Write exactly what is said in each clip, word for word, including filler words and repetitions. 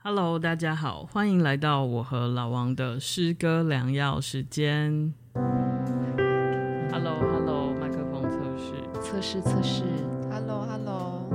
Hello， 大家好，欢迎来到我和老王的诗歌良药时间。Hello Hello， 麦克风测试， 测试测试。 Hello Hello。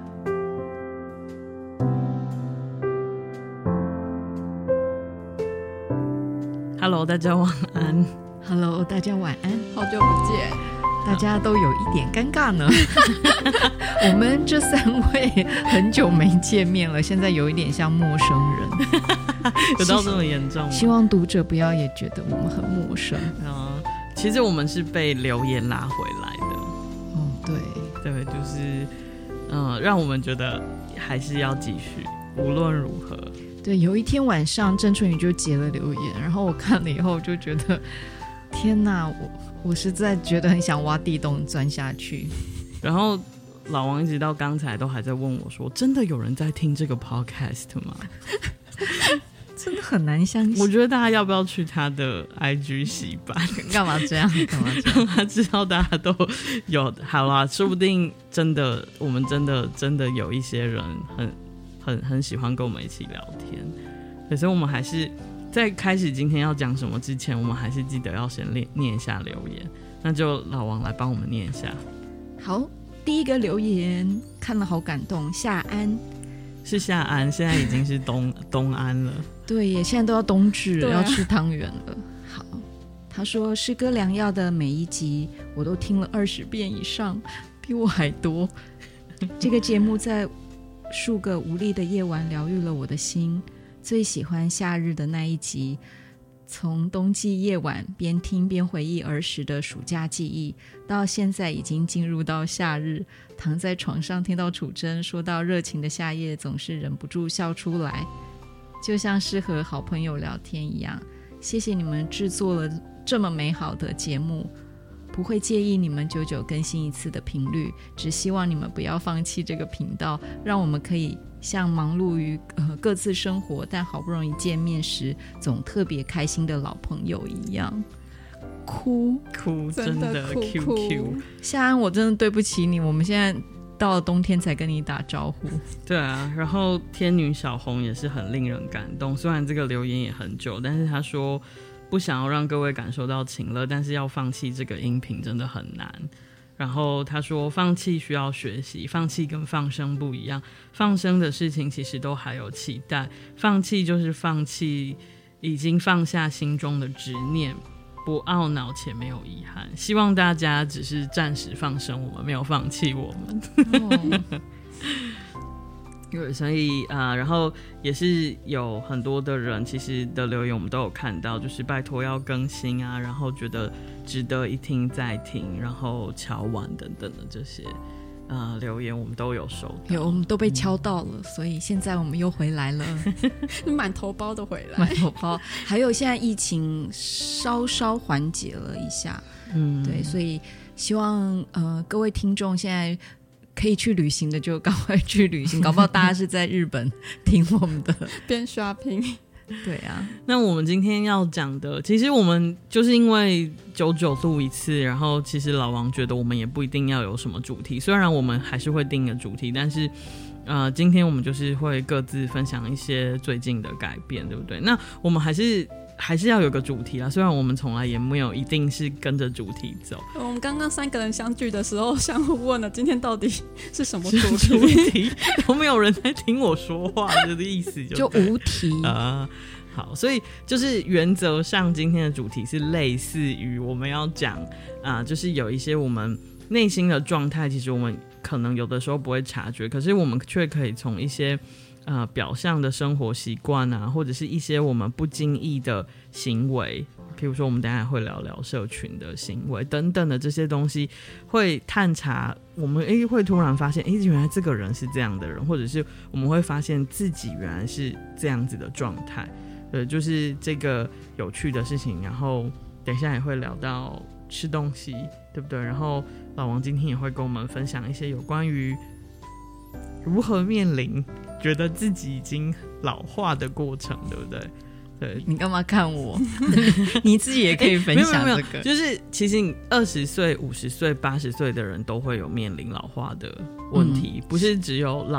Hello， 大家晚安。 Hello， 大家晚安。 好久不见， 大家都有一点尴尬呢。我们这三位很久没见面了，现在有一点像陌生人。 有到这么严重吗？ 希望读者不要也觉得我们很陌生。 嗯，其实我们是被留言拉回来的。 哦，对对，就是嗯，让我们觉得还是要继续，无论如何。 对，有一天晚上郑春雨就截了留言，然后我看了以后就觉得天哪，我我实在觉得很想挖地洞钻下去。 然后老王一直到刚才都还在问我说，真的有人在听这个 podcast 吗？ 真的很难相信。 我觉得大家要不要去他的 I G 洗版？ 干嘛这样？干嘛这样？ 让他知道大家都有。好啦，说不定真的，我们真的真的有一些人很很很喜欢跟我们一起聊天。可是我们还是在开始今天要讲什么之前，我们还是记得要先念一下留言。那就老王来帮我们念一下。 好，第一个留言看了好感动，夏安。 是夏安，现在已经是东东安了。 对耶，现在都要冬至了， 啊、 要吃汤圆了。好，他说诗歌良药的每一集我都听了二十遍以上，比我还多。这个节目在数个无力的夜晚疗愈了我的心，最喜欢夏日的那一集，从冬季夜晚边听边回忆儿时的暑假记忆，到现在已经进入到夏日，躺在床上听到楚真说到热情的夏夜，总是忍不住笑出来，就像是和好朋友聊天一样。谢谢你们制作了这么美好的节目，不会介意你们久久更新一次的频率，只希望你们不要放弃这个频道，让我们可以像忙碌于、呃、各自生活但好不容易见面时总特别开心的老朋友一样。哭哭，真的哭 Q Q。 夏安，我真的对不起你，我们现在到了冬天才跟你打招呼。 对啊，然后天女小红也是很令人感动，虽然这个留言也很久，但是他说不想要让各位感受到情乐，但是要放弃这个音频真的很难。然后他说放弃需要学习，放弃跟放生不一样，放生的事情其实都还有期待，放弃就是放弃已经放下心中的执念，不懊恼且没有遗憾。希望大家只是暂时放生我们，没有放弃我们。哦对，所以啊、呃，然后也是有很多的人其实的留言我们都有看到，就是拜托要更新啊，然后觉得值得一听再听，然后敲碗等等的这些呃留言我们都有收到， 有，我们都被敲到了、嗯、所以现在我们又回来了。 满头包的回来， 满头包。还有现在疫情稍稍缓解了一下，嗯，对，所以希望呃各位听众现在可以去旅行的就赶快去旅行，搞不好大家是在日本听我们的边 shopping。 对啊， 那我们今天要讲的，其实我们就是因为久久录一次，然后其实老王觉得我们也不一定要有什么主题，虽然我们还是会定一个主题，但是呃，今天我们就是会各自分享一些最近的改变，对不对？那我们还是还是要有个主题啦，虽然我们从来也没有一定是跟着主题走。 我们刚刚三个人相聚的时候相互问了今天到底是什么主题， 主题都没有人在听我说话的意思就， 就无题啊、呃。好，所以就是原则上今天的主题是类似于我们要讲啊、呃，就是有一些我们内心的状态，其实我们可能有的时候不会察觉，可是我们却可以从一些呃，表象的生活习惯啊，或者是一些我们不经意的行为，譬如说我们等一下会聊聊社群的行为等等的这些东西，会探查我们诶会突然发现诶原来这个人是这样的人，或者是我们会发现自己原来是这样子的状态，对，就是这个有趣的事情。然后等一下也会聊到吃东西，对不对？然后老王今天也会跟我们分享一些有关于如何面临觉得自己已经老化的过程，对不对？对， 你干嘛看我？你自己也可以分享这个。 就是其实二十岁、五十岁、八十岁的人都会有面临老化的问题，嗯、不是只有老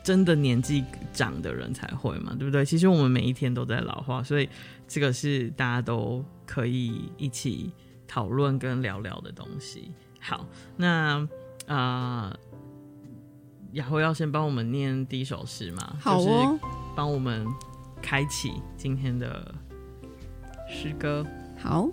真的年纪长的人才会嘛，对不对？其实我们每一天都在老化，所以这个是大家都可以一起讨论跟聊聊的东西。好，那啊。呃雅慧要先帮我们念第一首诗嘛？ 好哦， 就是帮我们开启今天的诗歌。 好，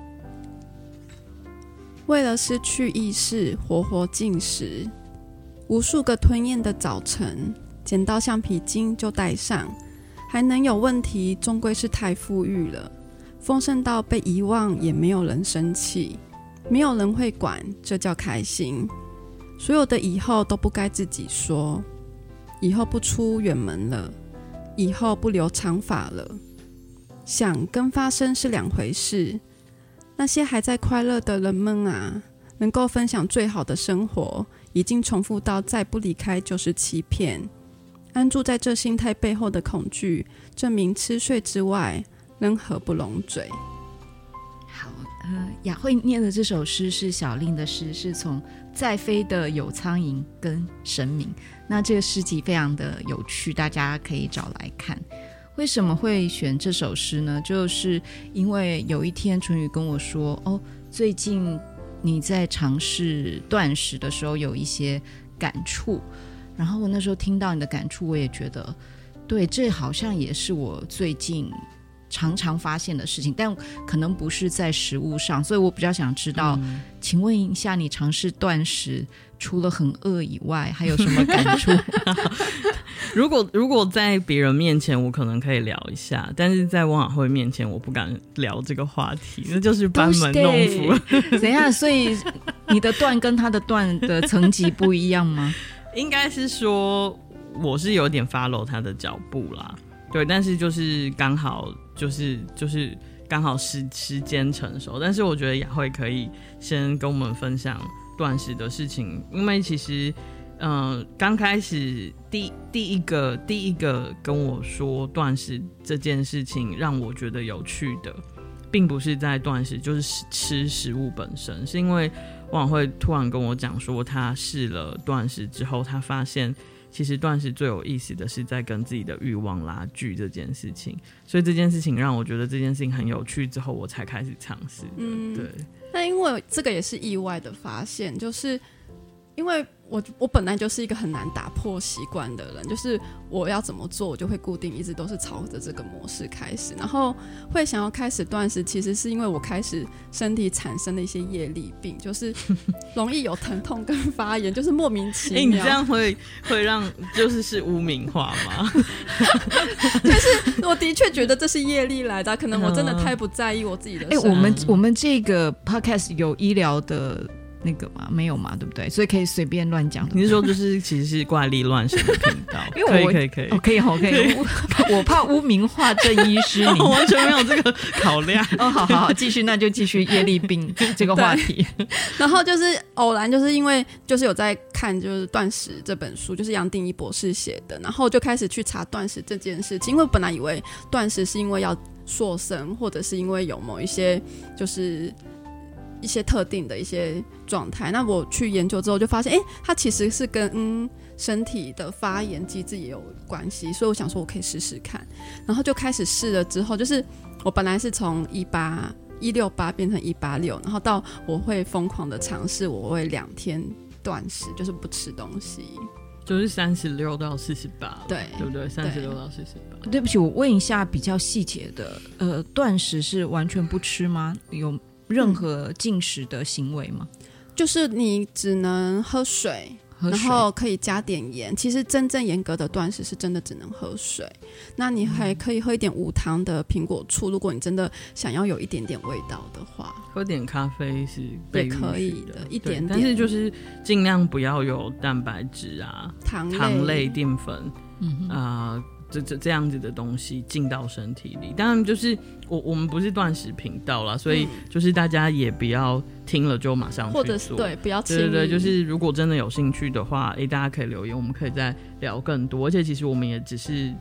为了失去意识，活活进食，无数个吞咽的早晨，捡到橡皮筋就戴上，还能有问题，终归是太富裕了。丰盛到被遗忘，也没有人生气，没有人会管，这叫开心。所有的以后都不该自己说，以后不出远门了，以后不留长发了。想跟发生是两回事。那些还在快乐的人们啊，能够分享最好的生活，已经重复到再不离开就是欺骗。安住在这心态背后的恐惧，证明吃睡之外，人合不拢嘴。 好，呃，雅慧念的这首诗是小令的诗，是从在飞的有苍蝇跟神明。那这个诗集非常的有趣，大家可以找来看。为什么会选这首诗呢？就是因为有一天淳于跟我说，哦，最近你在尝试断食的时候有一些感触，然后我那时候听到你的感触，我也觉得对，这好像也是我最近常常发现的事情，但可能不是在食物上，所以我比较想知道、嗯、请问一下，你尝试断食除了很饿以外还有什么感触？ 如果如果在别人面前我可能可以聊一下，但是在汪雅慧面前我不敢聊这个话题，那就是班门弄斧。 等一下，所以你的断跟他的断的层级不一样吗？ 应该是说我是有点 follow 他的脚步啦，对，但是就是刚好就是就是刚好时时间成熟，但是我觉得雅慧可以先跟我们分享断食的事情，因为其实嗯，刚开始第第一个第一个跟我说断食这件事情让我觉得有趣的，并不是在断食，就是吃食物本身，是因为汪雅慧突然跟我讲说，他试了断食之后，他发现其实断食最有意思的是在跟自己的欲望拉锯这件事情，所以这件事情让我觉得这件事情很有趣，之后我才开始尝试的。嗯，对。 那因为这个也是意外的发现，就是因为我我本来就是一个很难打破习惯的人，就是我要怎么做我就会固定一直都是朝着这个模式开始，然后会想要开始断食，其实是因为我开始身体产生了一些业力病，就是容易有疼痛跟发炎，就是莫名其妙。 欸、你这样会会让就是是污名化吗？ 就是我的确觉得这是业力来的，可能我真的太不在意我自己的生活。 欸、我们我们这个 podcast 有医疗的那个吗？没有嘛，对不对？所以可以随便乱讲。 你是说就是其实是怪力乱神的频道？ 因为我可以可以可以、 哦、可以好可以。我怕污名化郑医师，你我完全没有这个考量。 哦，好好好，继续，那就继续业力病这个话题。 然后就是偶然，就是因为就是有在看就是断食这本书，就是杨定一博士写的，然后就开始去查断食这件事情，因为本来以为断食是因为要塑身，或者是因为有某一些就是一些特定的一些状态，那我去研究之后就发现，哎，它其实是跟、嗯、身体的发炎机制也有关系，所以我想说我可以试试看，然后就开始试了之后，就是我本来是从一八一六八变成一八六，然后到我会疯狂的尝试，我会两天断食，就是不吃东西。 就是三十六到四十八， 对对不对？三十六到四十八。 对不起，我问一下比较细节的，呃，断食是完全不吃吗？有任何进食的行为吗？ 嗯、就是你只能喝水，然后可以加点盐。其实真正严格的断食是真的只能喝水。那你还可以喝一点无糖的苹果醋，如果你真的想要有一点点味道的话， 喝点咖啡是被允许的， 也可以的，一点点。 但是就是尽量不要有蛋白质啊、 糖类、 糖类淀粉， 嗯啊。呃这这这样子的东西进到身体里，当然就是我我们不是断食频道啦，所以就是大家也不要听了就马上去做， 或者是对不要轻易， 对对对，就是如果真的有兴趣的话，哎，大家可以留言，我们可以再聊更多。而且其实我们也只是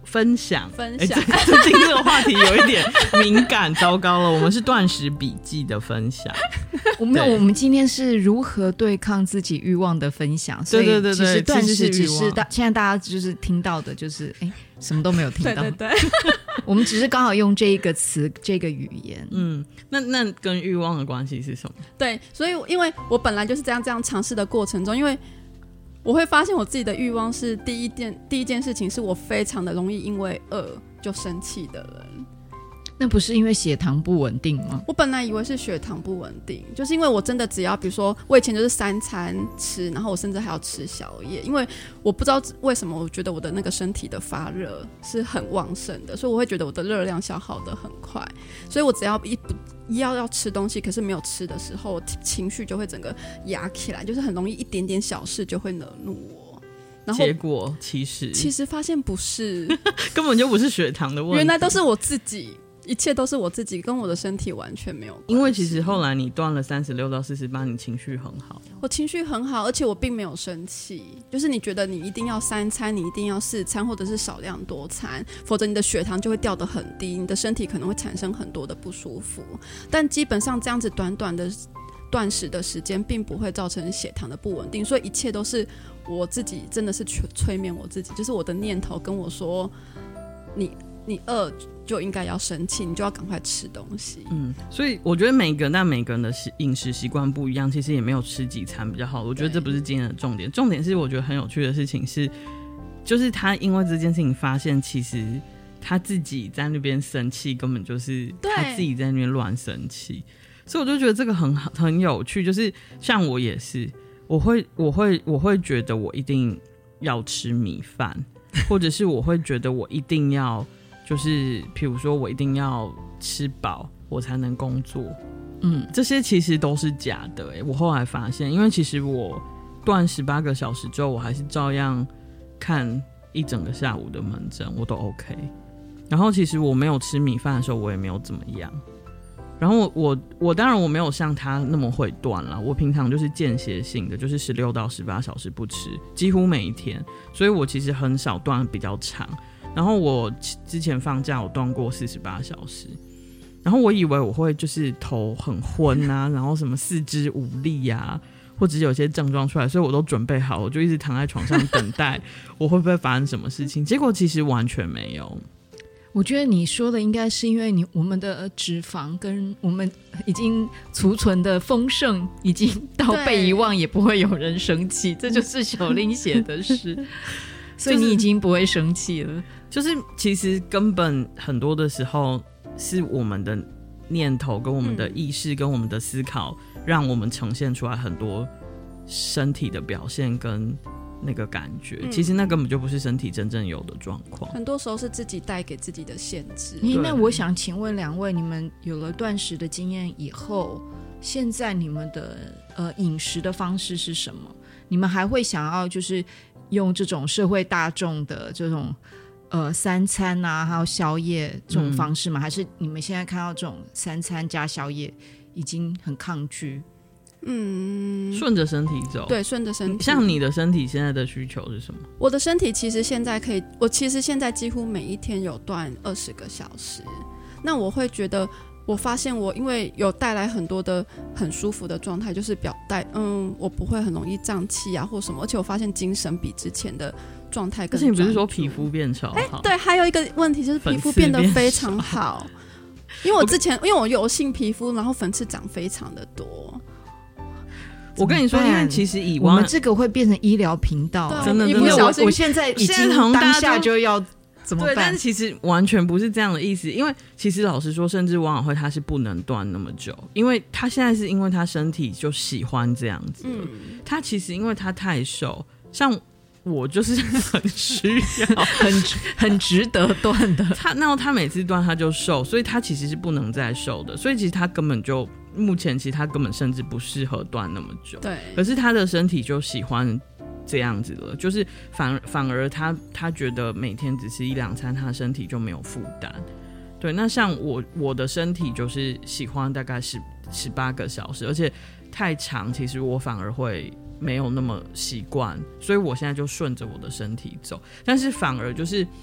分享分享、 欸、最近这个话题有一点敏感，糟糕了，我们是断食笔记的分享。 我们我们今天是如何对抗自己欲望的分享，所以对对对对， 其实断食只其实是欲望是大现在大家就是听到的就是哎、欸、什么都没有听到， 对对对， 我们只是刚好用这一个词这个语言。 嗯，那那跟欲望的关系是什么？ 对，所以因为我本来就是这样这样尝试的过程中，因为我会发现我自己的欲望是第一件第一件事情是我非常的容易因为饿就生气的人。 那不是因为血糖不稳定吗？ 我本来以为是血糖不稳定，就是因为我真的只要比如说我以前就是三餐吃，然后我甚至还要吃宵夜，因为我不知道为什么我觉得我的那个身体的发热是很旺盛的，所以我会觉得我的热量消耗得很快，所以我只要一不一要要吃东西可是没有吃的时候，我情绪就会整个压起来，就是很容易一点点小事就会惹怒我。然后结果其实其实发现不是根本就不是血糖的问题， 原来都是我自己，一切都是我自己，跟我的身体完全没有关系。 因为其实后来你断了三十六到四十八，你情绪很好， 我情绪很好，而且我并没有生气。就是你觉得你一定要三餐，你一定要四餐，或者是少量多餐，否则你的血糖就会掉得很低，你的身体可能会产生很多的不舒服。但基本上这样子短短的断食的时间，并不会造成血糖的不稳定，所以一切都是我自己，真的是催眠我自己，就是我的念头跟我说，你你饿就应该要生气，你就要赶快吃东西。 嗯，所以我觉得每个人但每个人的饮食习惯不一样，其实也没有吃几餐比较好。我觉得这不是今天的重点，重点是我觉得很有趣的事情是，就是他因为这件事情发现，其实他自己在那边生气，根本就是他自己在那边乱生气。所以我就觉得这个很好很有趣，就是像我也是，我会我会我会觉得我一定要吃米饭，或者是我会觉得我一定要。就是譬如说我一定要吃饱我才能工作，嗯，这些其实都是假的欸。我后来发现，因为其实我断十八个小时之后，我还是照样看一整个下午的门诊，我都 OK。然后其实我没有吃米饭的时候，我也没有怎么样。然后我我我当然我没有像他那么会断啦，我平常就是间歇性的，就是十六到十八小时不吃，几乎每一天，所以我其实很少断比较长。然后我之前放假我断过四十八小时，然后我以为我会就是头很昏啊，然后什么四肢无力啊，或者有些症状出来，所以我都准备好，我就一直躺在床上等待我会不会发生什么事情，结果其实完全没有。 我觉得你说的应该是因为你我们的脂肪跟我们已经储存的丰盛已经到被遗忘也不会有人生气，这就是小林写的诗所以你已经不会生气了。 就是其实根本很多的时候是我们的念头跟我们的意识跟我们的思考、嗯、让我们呈现出来很多身体的表现跟那个感觉、嗯、其实那根本就不是身体真正有的状况， 很多时候是自己带给自己的限制。 那我想请问两位，你们有了断食的经验以后，现在你们的呃饮食的方式是什么？你们还会想要就是用这种社会大众的这种呃三餐啊还有宵夜这种方式吗、嗯、还是你们现在看到这种三餐加宵夜已经很抗拒？ 嗯， 顺着身体走。 对，顺着身体。 像你的身体现在的需求是什么？ 我的身体其实现在可以，我其实现在几乎每一天有断二十个小时。那我会觉得，我发现我因为有带来很多的很舒服的状态，就是表带，嗯，我不会很容易胀气啊或什么，而且我发现精神比之前的状态更专注。 而且你不是说皮肤变超好？ 欸、对，还有一个问题就是皮肤变得非常好。因为我之前因为我油性皮肤，然后粉刺长非常的多。 我跟你说，因为其实以往我们这个会变成医疗频道， 真的， 因为我我现在已经当下就要怎么办？ 对，但是其实完全不是这样的意思，因为其实老实说，甚至王晓慧她是不能断那么久，因为她现在是因为她身体就喜欢这样子，嗯，她其实因为她太瘦，像我就是很需要很很值得断的。 她那她每次断她就瘦，所以她其实是不能再瘦的，所以其实她根本就。目前其实他根本甚至不适合断那么久， 对。 可是他的身体就喜欢这样子了，就是反反而他他觉得每天只吃一两餐，他的身体就没有负担。对，那像我我的身体就是喜欢大概十十八个小时，而且太长，其实我反而会没有那么习惯，所以我现在就顺着我的身体走。但是反而就是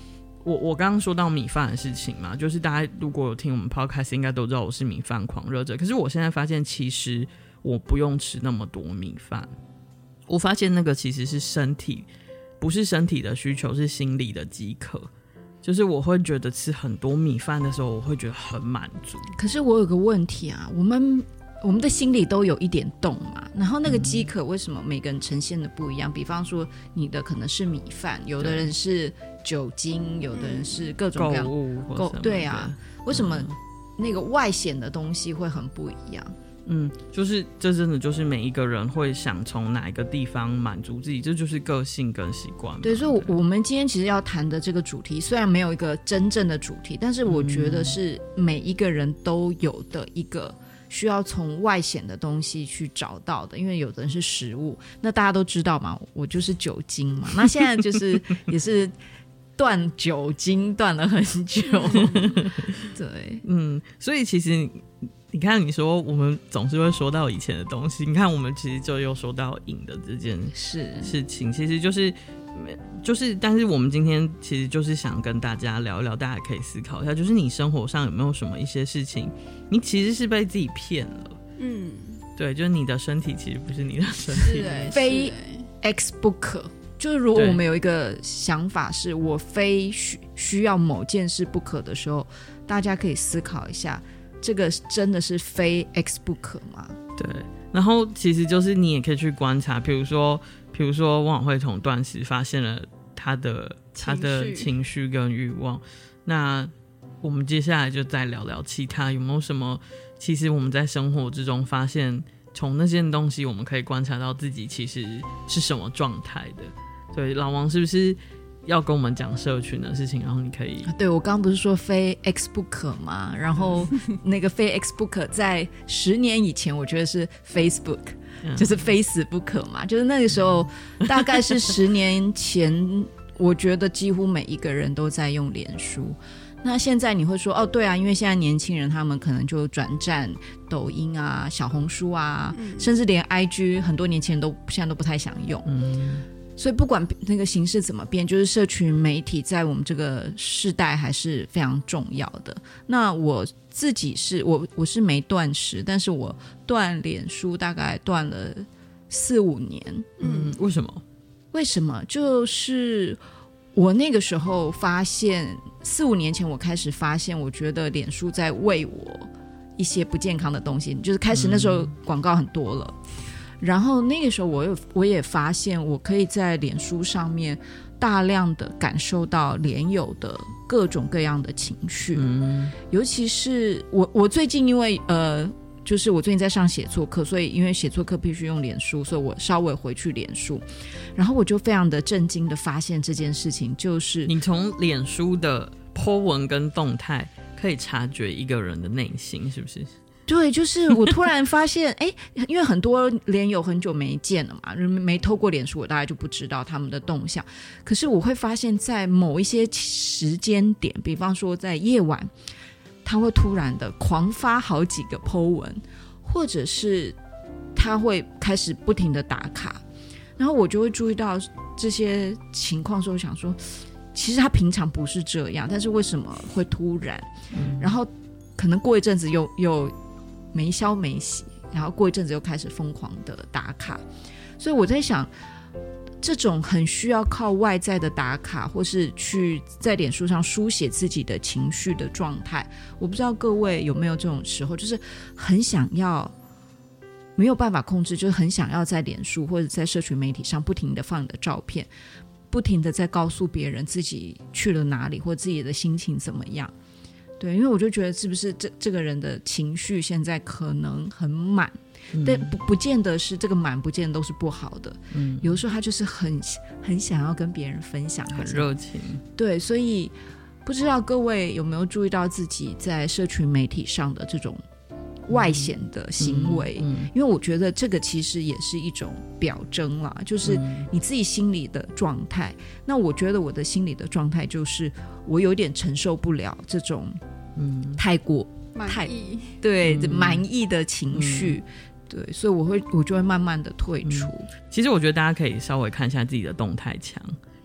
我我刚刚说到米饭的事情嘛，就是大家如果有听我们 podcast 应该都知道我是米饭狂热者，可是我现在发现其实我不用吃那么多米饭，我发现那个其实是身体，不是身体的需求，是心理的饥渴。就是我会觉得吃很多米饭的时候我会觉得很满足。 可是我有个问题啊，我们我们的心里都有一点洞嘛，然后那个饥渴为什么每个人呈现的不一样、嗯、比方说你的可能是米饭，有的人是酒精，有的人是各种各样购物或什么的， 对啊，为什么那个外显的东西会很不一样？ 嗯，就是这真的就是每一个人会想从哪一个地方满足自己，这就是个性跟习惯。 对，所以我们今天其实要谈的这个主题虽然没有一个真正的主题，但是我觉得是每一个人都有的一个需要从外显的东西去找到的，因为有的人是食物，那大家都知道嘛，我就是酒精嘛，那现在就是也是断酒精断了很久对， 嗯，所以其实你看你说我们总是会说到以前的东西，你看我们其实就又说到瘾的这件事情，其实就是就是但是我们今天其实就是想跟大家聊一聊，大家可以思考一下，就是你生活上有没有什么一些事情你其实是被自己骗了。嗯，对，就是你的身体其实不是你的身体， 是欸，非 X 不可。就是如果我们有一个想法是我非 需, 需要某件事不可的时候，大家可以思考一下，这个真的是非 X 不可吗？ 对，然后其实就是你也可以去观察，比如说比如说汪慧彤断食发现了他的他的情绪跟欲望，那我们接下来就再聊聊其他有没有什么其实我们在生活之中发现从那件东西我们可以观察到自己其实是什么状态的。对，老王是不是要跟我们讲社群的事情，然后你可以。 对，我刚刚不是说非 X 不可吗？然后那个非 X 不可在十年以前我觉得是 Facebook、嗯、就是非死不可嘛，就是那个时候大概是十年前我觉得几乎每一个人都在用脸书。那现在你会说哦对啊，因为现在年轻人他们可能就转战抖音啊小红书啊、嗯、甚至连 I G 很多年轻人都现在都不太想用。嗯，所以不管那个形式怎么变，就是社群媒体在我们这个世代还是非常重要的。那我自己是我我是没断食，但是我断脸书大概断了四五年。 嗯，为什么？ 为什么？就是我那个时候发现，四五年前我开始发现，我觉得脸书在喂我一些不健康的东西，就是开始那时候广告很多了。嗯，然后那个时候我也我也发现我可以在脸书上面大量的感受到脸友的各种各样的情绪。嗯，尤其是我我最近因为呃就是我最近在上写作课，所以因为写作课必须用脸书，所以我稍微回去脸书，然后我就非常的震惊的发现这件事情，就是你从脸书的 po 文跟动态可以察觉一个人的内心，是不是？ 对，就是我突然发现哎，因为很多脸友很久没见了嘛，没透过脸书我大概就不知道他们的动向，可是我会发现在某一些时间点，比方说在夜晚他会突然的狂发好几个 po 文，或者是他会开始不停的打卡，然后我就会注意到这些情况的时候想说其实他平常不是这样，但是为什么会突然、嗯、然后可能过一阵子又又没消没息，然后过一阵子又开始疯狂的打卡。所以我在想这种很需要靠外在的打卡或是去在脸书上书写自己的情绪的状态，我不知道各位有没有这种时候，就是很想要没有办法控制，就是很想要在脸书或者在社群媒体上不停的放你的照片，不停的在告诉别人自己去了哪里或自己的心情怎么样。对，因为我就觉得是不是 这, 这个人的情绪现在可能很满、嗯、但 不, 不见得是这个满不见得都是不好的、嗯、有的时候他就是很很想要跟别人分享， 很热情。 对，所以不知道各位有没有注意到自己在社群媒体上的这种外显的行为、嗯嗯嗯、因为我觉得这个其实也是一种表征啦，就是你自己心里的状态、嗯、那我觉得我的心理的状态就是我有点承受不了这种嗯太过满意， 对、嗯、满意的情绪、嗯、对，所以我会我就会慢慢的退出、 嗯、其实我觉得大家可以稍微看一下自己的动态墙，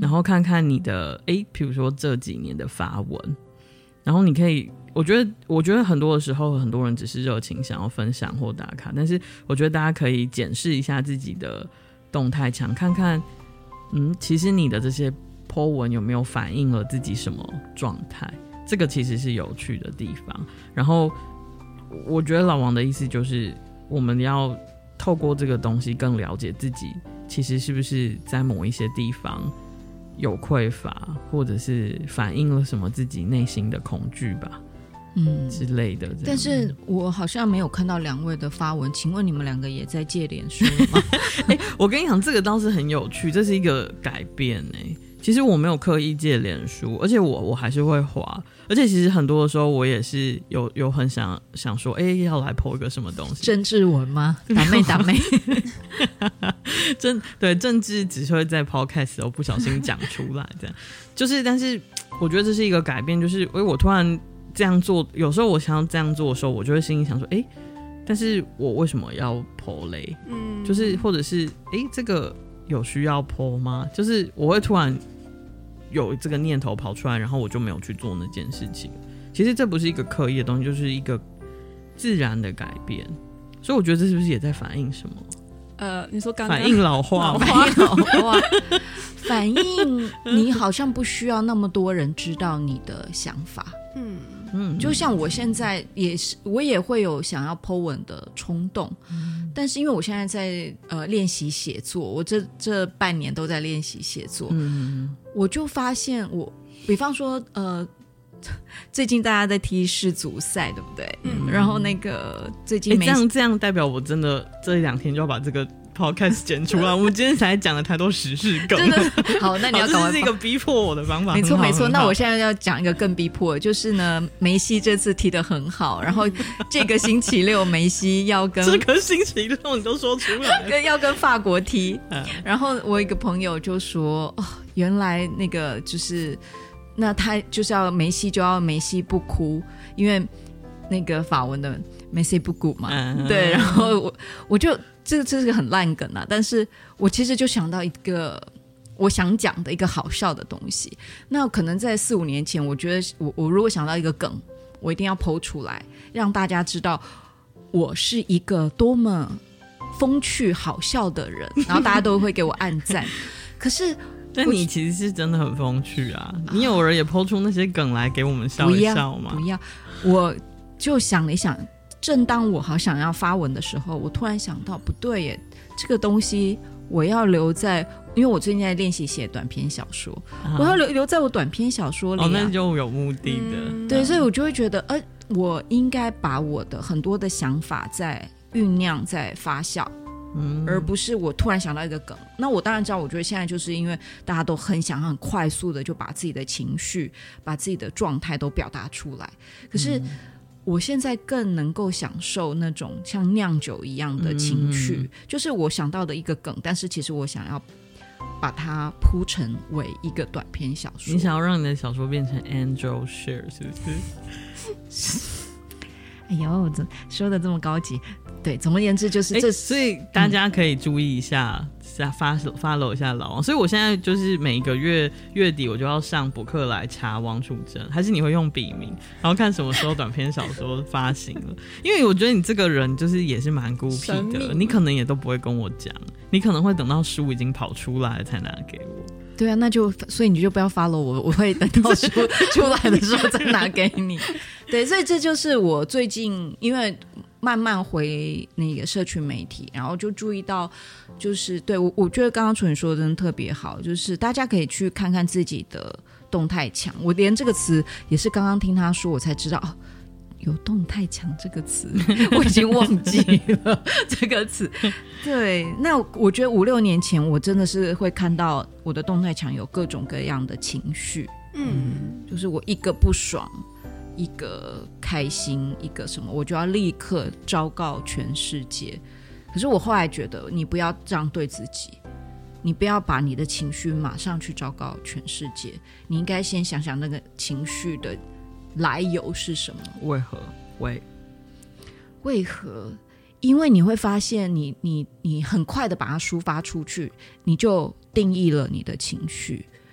然后看看你的诶比如说这几年的发文，然后你可以我觉得我觉得很多的时候很多人只是热情想要分享或打卡，但是我觉得大家可以检视一下自己的动态墙，看看嗯其实你的这些 po 文有没有反映了自己什么状态，这个其实是有趣的地方。然后我觉得老王的意思就是我们要透过这个东西更了解自己其实是不是在某一些地方有匮乏，或者是反映了什么自己内心的恐惧吧，嗯之类的。 但是我好像没有看到两位的发文，请问你们两个也在戒脸书了吗？ 欸、我跟你讲这个倒是很有趣，这是一个改变欸。其实我没有刻意戒脸书，而且我我还是会滑，而且其实很多的时候我也是有有很想想说，哎、欸，要来 po 一个什么东西？ 政治文吗？打妹打妹， 政对政治只会在 podcast 时候不小心讲出来，这样就是，但是我觉得这是一个改变，就是哎，我突然这样做，有时候我想要这样做的时候，我就会心里想说，哎、欸，但是我为什么要 po 嘞？嗯，就是或者是哎、欸，这个有需要 po 吗？就是我会突然有这个念头跑出来，然后我就没有去做那件事情。其实这不是一个刻意的东西，就是一个自然的改变。所以我觉得这是不是也在反映什么？ 呃，你说刚刚反映老化， 反映老化，反映你好像不需要那么多人知道你的想法。嗯嗯，就像我现在也是，我也会有想要 po 文的冲动，嗯、但是因为我现在在呃练习写作，我这这半年都在练习写作，嗯，我就发现我，比方说呃。最近大家在踢世足赛，对不对？嗯，然后那个最近没、 欸、这样这样代表我真的这两天就要把这个 podcast 剪出来。我们今天才讲了太多时事梗了。 好，那你要赶快。 这是一个逼迫我的方法。 没错没错。那我现在要讲一个更逼迫的，就是呢，梅西这次踢得很好，然后这个星期六梅西要跟这个星期六你都说出来了， 跟要跟法国踢。然后我一个朋友就说：“哦，原来那个就是。”那他就是要梅西就要梅西不哭，因为那个法文的梅西不哭嘛，嗯、对。然后我我就这这是个很烂梗啊，但是我其实就想到一个我想讲的一个好笑的东西。那可能在四五年前，我觉得我我如果想到一个梗，我一定要 po 出来，让大家知道我是一个多么风趣好笑的人，然后大家都会给我按赞。可是。 但你其实是真的很风趣啊！你有人也抛出那些梗来给我们笑一笑吗？ 不要，不要，我就想了一想，正当我好想要发文的时候，我突然想到，不对耶，这个东西我要留在，因为我最近在练习写短篇小说，啊、我要留留在我短篇小说里、啊。 哦，那就有目的的。 嗯、对，所以我就会觉得，呃，我应该把我的很多的想法在酝酿，在发酵。嗯、而不是我突然想到一个梗。那我当然知道，我觉得现在就是因为大家都很想很快速的就把自己的情绪把自己的状态都表达出来，可是我现在更能够享受那种像酿酒一样的情绪、嗯、就是我想到的一个梗，但是其实我想要把它铺成为一个短篇小说。 你想要让你的小说变成 Angel Share 是不是？ 哎呦，说的这么高级。对，总而言之就是这、欸， 所以大家可以注意一下，嗯、发 follow 一下老王。所以我现在就是每个月月底我就要上博客来查王楚真，还是你会用笔名，然后看什么时候短篇小说发行了。因为我觉得你这个人就是也是蛮孤僻的，你可能也都不会跟我讲，你可能会等到书已经跑出来才拿给我。 对啊，那就所以你就不要 follow 我，我会等到书出来的时候再拿给你。对，所以这就是我最近因为慢慢回那个社群媒体，然后就注意到，就是对我我觉得刚刚楚你说的真的特别好，就是大家可以去看看自己的动态墙。我连这个词也是刚刚听他说，我才知道哦。有动态墙这个词我已经忘记了这个词。对，那我觉得五六年前我真的是会看到我的动态墙有各种各样的情绪，嗯，就是我一个不爽一个开心一个什么，我就要立刻昭告全世界。可是我后来觉得你不要这样对自己，你不要把你的情绪马上去昭告全世界，你应该先想想那个情绪的来由是什么？ 为何？为为何？因为你会发现你，你你很快的把它抒发出去，你就定义了你的情绪，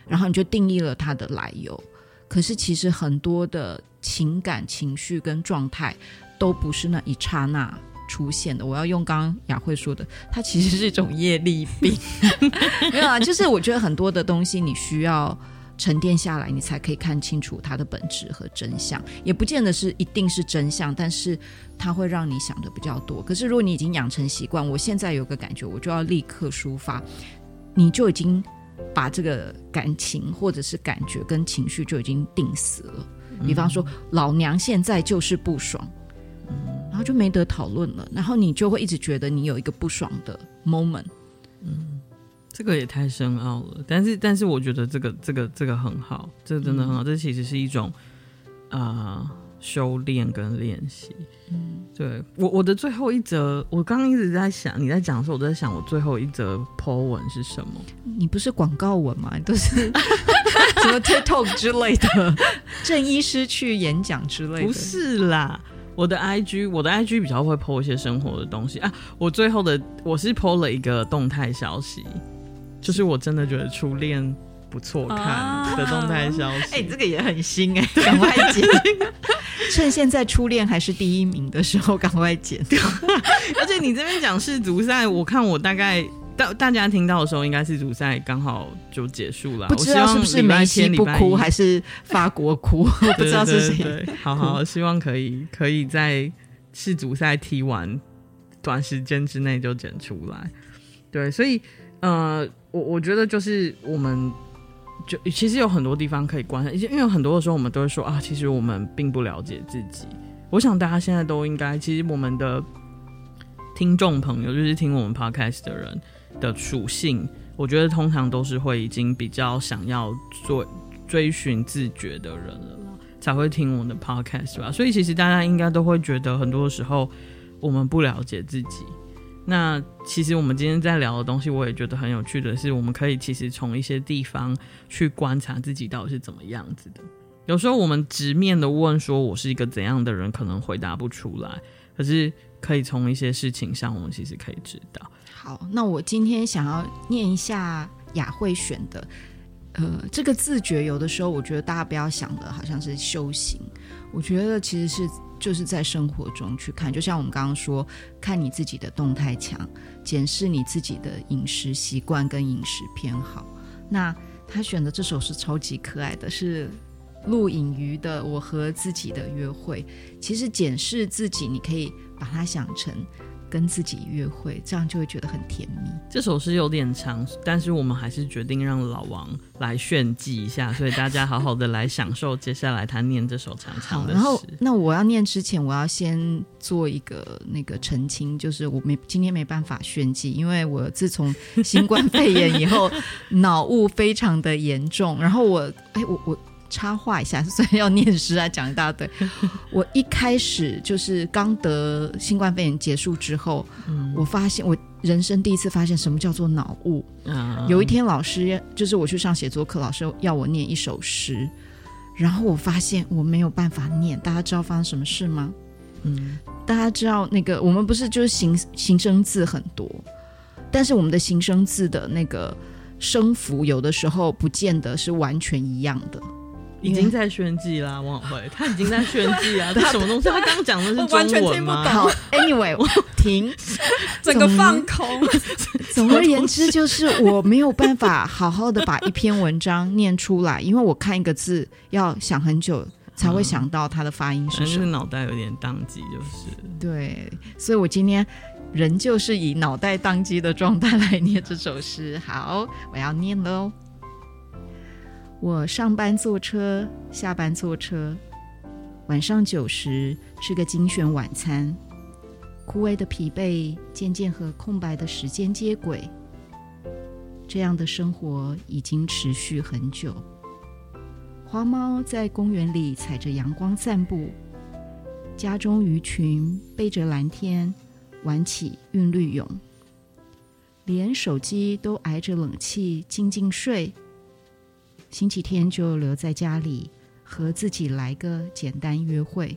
然后你就定义了它的来由。可是其实很多的情感情绪跟状态都不是那一刹那出现的，我要用刚刚雅慧说的，它其实是一种业力病没有啊，就是我觉得很多的东西你需要沉淀下来，你才可以看清楚它的本质和真相，也不见得是一定是真相，但是它会让你想的比较多。可是如果你已经养成习惯，我现在有个感觉我就要立刻抒发，你就已经把这个感情或者是感觉跟情绪就已经定死了。比方说老娘现在就是不爽，然后就没得讨论了，然后你就会一直觉得你有一个不爽的 moment。 嗯，这个也太深奥了，但是但是我觉得这个这个这个很好，这个真的很好、嗯、这其实是一种呃修炼跟练习。嗯，对，我我的最后一则，我刚刚一直在想，你在讲的时候，我在想我最后一则 po 文是什么？ 你不是广告文吗？都是什么 TikTok 之类的，郑医师去演讲之类的。 不是啦，我的 I G 我的 I G 比较会 po 一些生活的东西啊。我最后的我是 po 了一个动态消息，就是我真的觉得初恋不错看的动态消息。 哎、啊欸，这个也很新哎、欸，赶快剪！趁现在初恋还是第一名的时候，赶快剪。 而且你这边讲世足赛，我看我大概大大家听到的时候，应该世足赛刚好就结束了。 不知道是不是梅西不哭，还是法国哭？我不知道是谁。 对对对，好好，希望可以可以在世足赛踢完短时间之内就剪出来。对，所以呃，我我觉得就是我们。就其实有很多地方可以观察，因为有很多的时候我们都会说啊，其实我们并不了解自己。我想大家现在都应该，其实我们的听众朋友，就是听我们 podcast 的人的属性，我觉得通常都是会已经比较想要做追寻自觉的人了啦，才会听我们的 podcast 吧。所以其实大家应该都会觉得，很多的时候我们不了解自己。那其实我们今天在聊的东西，我也觉得很有趣的是，我们可以其实从一些地方去观察自己到底是怎么样子的。有时候我们直面的问说我是一个怎样的人，可能回答不出来，可是可以从一些事情上我们其实可以知道。 好，那我今天想要念一下雅慧选的呃，这个自觉，有的时候我觉得大家不要想的好像是修行，我觉得其实是就是在生活中去看，就像我们刚刚说，看你自己的动态墙，检视你自己的饮食习惯跟饮食偏好。那他选的这首是超级可爱的，是陆颖瑜的《我和自己的约会》。其实检视自己，你可以把它想成跟自己约会，这样就会觉得很甜蜜。 这首诗有点长，但是我们还是决定让老王来炫技一下，所以大家好好的来享受接下来他念这首长长的诗。 然后那我要念之前，我要先做一个那个澄清，就是我没今天没办法炫技，因为我自从新冠肺炎以后脑雾非常的严重，然后我哎我我插话一下，虽然要念诗啊，讲一大堆。我一开始就是刚得新冠肺炎结束之后、嗯、我发现我人生第一次发现什么叫做脑雾、嗯、有一天老师就是我去上写作课，老师要我念一首诗，然后我发现我没有办法念。大家知道发生什么事吗？嗯，大家知道那个我们不是就是形形声字很多，但是我们的形声字的那个声符有的时候不见得是完全一样的。 已经在炫技啦，王慧，他已经在炫技啊！他什么东西？他刚刚讲的是中文吗？ 好 ，Anyway， 我停， 整个放空。 总而言之，就是我没有办法好好的把一篇文章念出来，因为我看一个字要想很久才会想到它的发音是什么， 就是脑袋有点宕机，就是对，所以我今天仍旧是以脑袋宕机的状态来念这首诗。好，我要念了哦。我上班坐车，下班坐车，晚上九时吃个精选晚餐，枯萎的疲惫渐渐和空白的时间接轨。这样的生活已经持续很久。花猫在公园里踩着阳光散步，家中鱼群背着蓝天玩起韵律泳，连手机都挨着冷气静静睡。星期天就留在家里，和自己来个简单约会。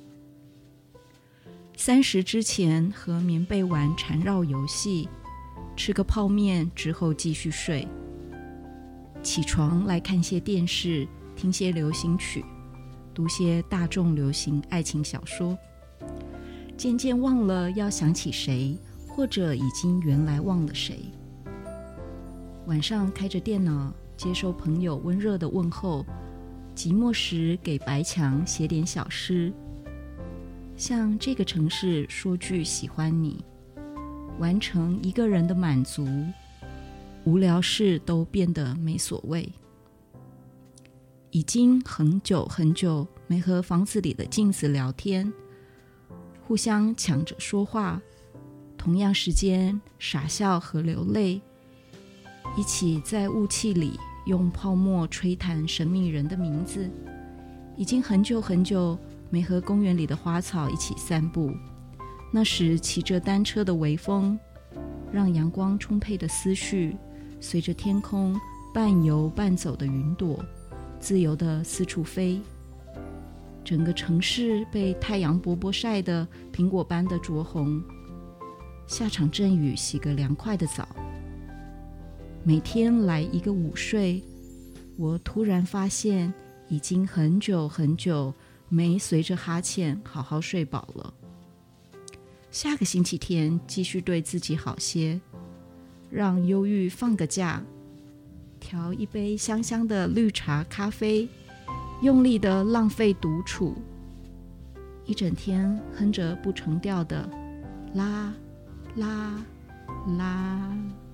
三十之前和棉被玩缠绕游戏，吃个泡面之后继续睡。 起床来看些电视，听些流行曲，读些大众流行爱情小说，渐渐忘了要想起谁，或者已经原来忘了谁。晚上开着电脑，接收朋友温热的问候，寂寞时给白墙写点小诗，向这个城市说句喜欢你，完成一个人的满足，无聊事都变得没所谓。已经很久很久没和房子里的镜子聊天，互相抢着说话，同样时间傻笑和流泪，一起在雾气里用泡沫吹弹神秘人的名字。已经很久很久没和公园里的花草一起散步，那时骑着单车的微风，让阳光充沛的思绪随着天空半游半走的云朵自由地四处飞。整个城市被太阳薄薄晒得苹果般的灼红，下场阵雨洗个凉快的澡。每天来一个午睡，我突然发现已经很久很久没随着哈欠好好睡饱了。下个星期天继续对自己好些，让忧郁放个假，调一杯香香的绿茶咖啡，用力的浪费独处，一整天哼着不成调的啦啦啦。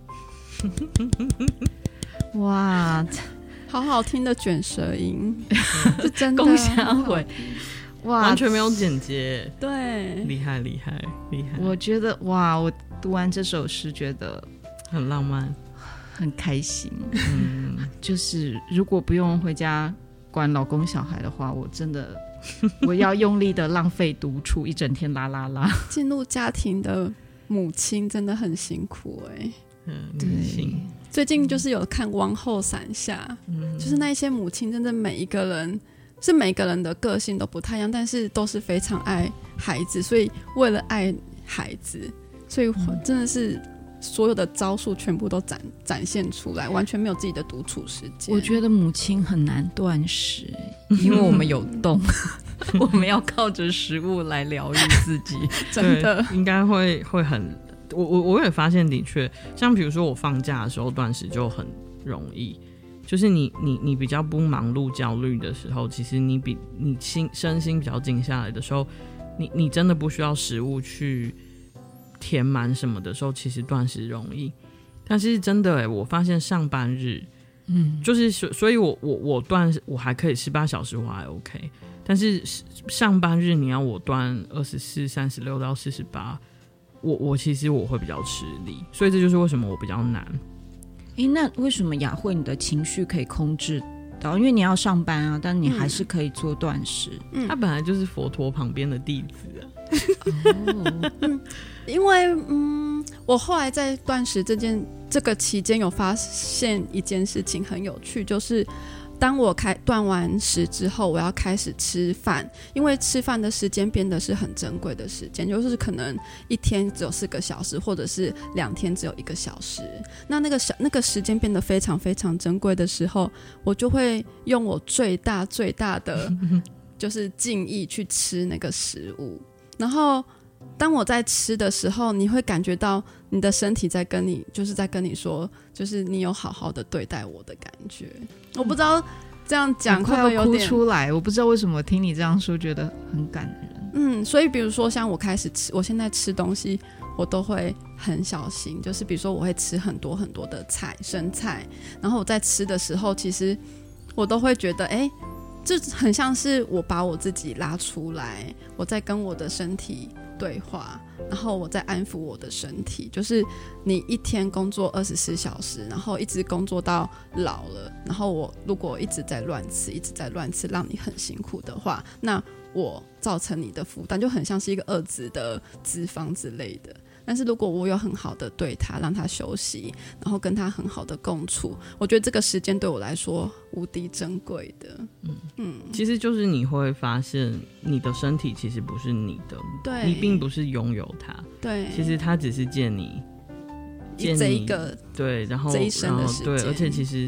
哇， 好好听的卷舌音，是真的宫香回，哇， 完全没有剪接， 对， 厉害厉害厉害！ 我觉得哇，我读完这首诗觉得很浪漫， 很开心。 嗯， 就是如果不用回家管老公小孩的话，我真的我要用力的浪费独处，一整天啦啦啦。 进入家庭的母亲真的很辛苦哎、欸。 嗯， 对， 最近就是有看《王后伞下》，嗯，就是那一些母亲，真的每一个人是每个人的个性都不太一样，但是都是非常爱孩子，所以为了爱孩子，所以真的是所有的招数全部都展展现出来，完全没有自己的独处时间。 我觉得母亲很难断食，因为我们有动，我们要靠着食物来疗愈自己， 真的应该会会很。我我我也发现，的确，像比如说我放假的时候断食就很容易，就是你你你比较不忙碌焦虑的时候，其实你比你心身心比较静下来的时候，你你真的不需要食物去填满什么的时候，其实断食容易。但是真的哎，我发现上班日，嗯，就是所以我我我断我还可以十八小时我还 OK， 但是上班日你要我断二十四、三十六到四十八。我我其实我会比较吃力，所以这就是为什么我比较难。 诶，那为什么雅慧你的情绪可以控制到？因为你要上班啊，但你还是可以做断食。 嗯， 他本来就是佛陀旁边的弟子啊。 哦嗯，因为嗯，我后来在断食这件这个期间有发现一件事情很有趣，就是当我开断完食之后，我要开始吃饭，因为吃饭的时间变得是很珍贵的时间，就是可能一天只有四个小时，或者是两天只有一个小时。那那个小那个时间变得非常非常珍贵的时候，我就会用我最大最大的就是敬意去吃那个食物。然后当我在吃的时候，你会感觉到你的身体在跟你，就是在跟你说，就是你有好好的对待我的感觉。我不知道这样讲会不会有点快要哭出来，我不知道为什么听你这样说觉得很感人。 嗯，所以比如说像我开始吃，我现在吃东西我都会很小心，就是比如说我会吃很多很多的菜，生菜，然后我在吃的时候其实我都会觉得哎，这很像是我把我自己拉出来，我在跟我的身体对话，然后我在安抚我的身体。就是你一天工作二十四小时，然后一直工作到老了，然后我如果一直在乱吃一直在乱吃，让你很辛苦的话，那我造成你的负担就很像是一个二质的脂肪之类的。但是如果我有很好的对他，让他休息，然后跟他很好的共处，我觉得这个时间对我来说无敌珍贵的。嗯嗯， 其实就是你会发现你的身体其实不是你的， 对， 你并不是拥有它， 对， 其实它只是借你借你这一个对，然后这一生的时间， 对，而且其实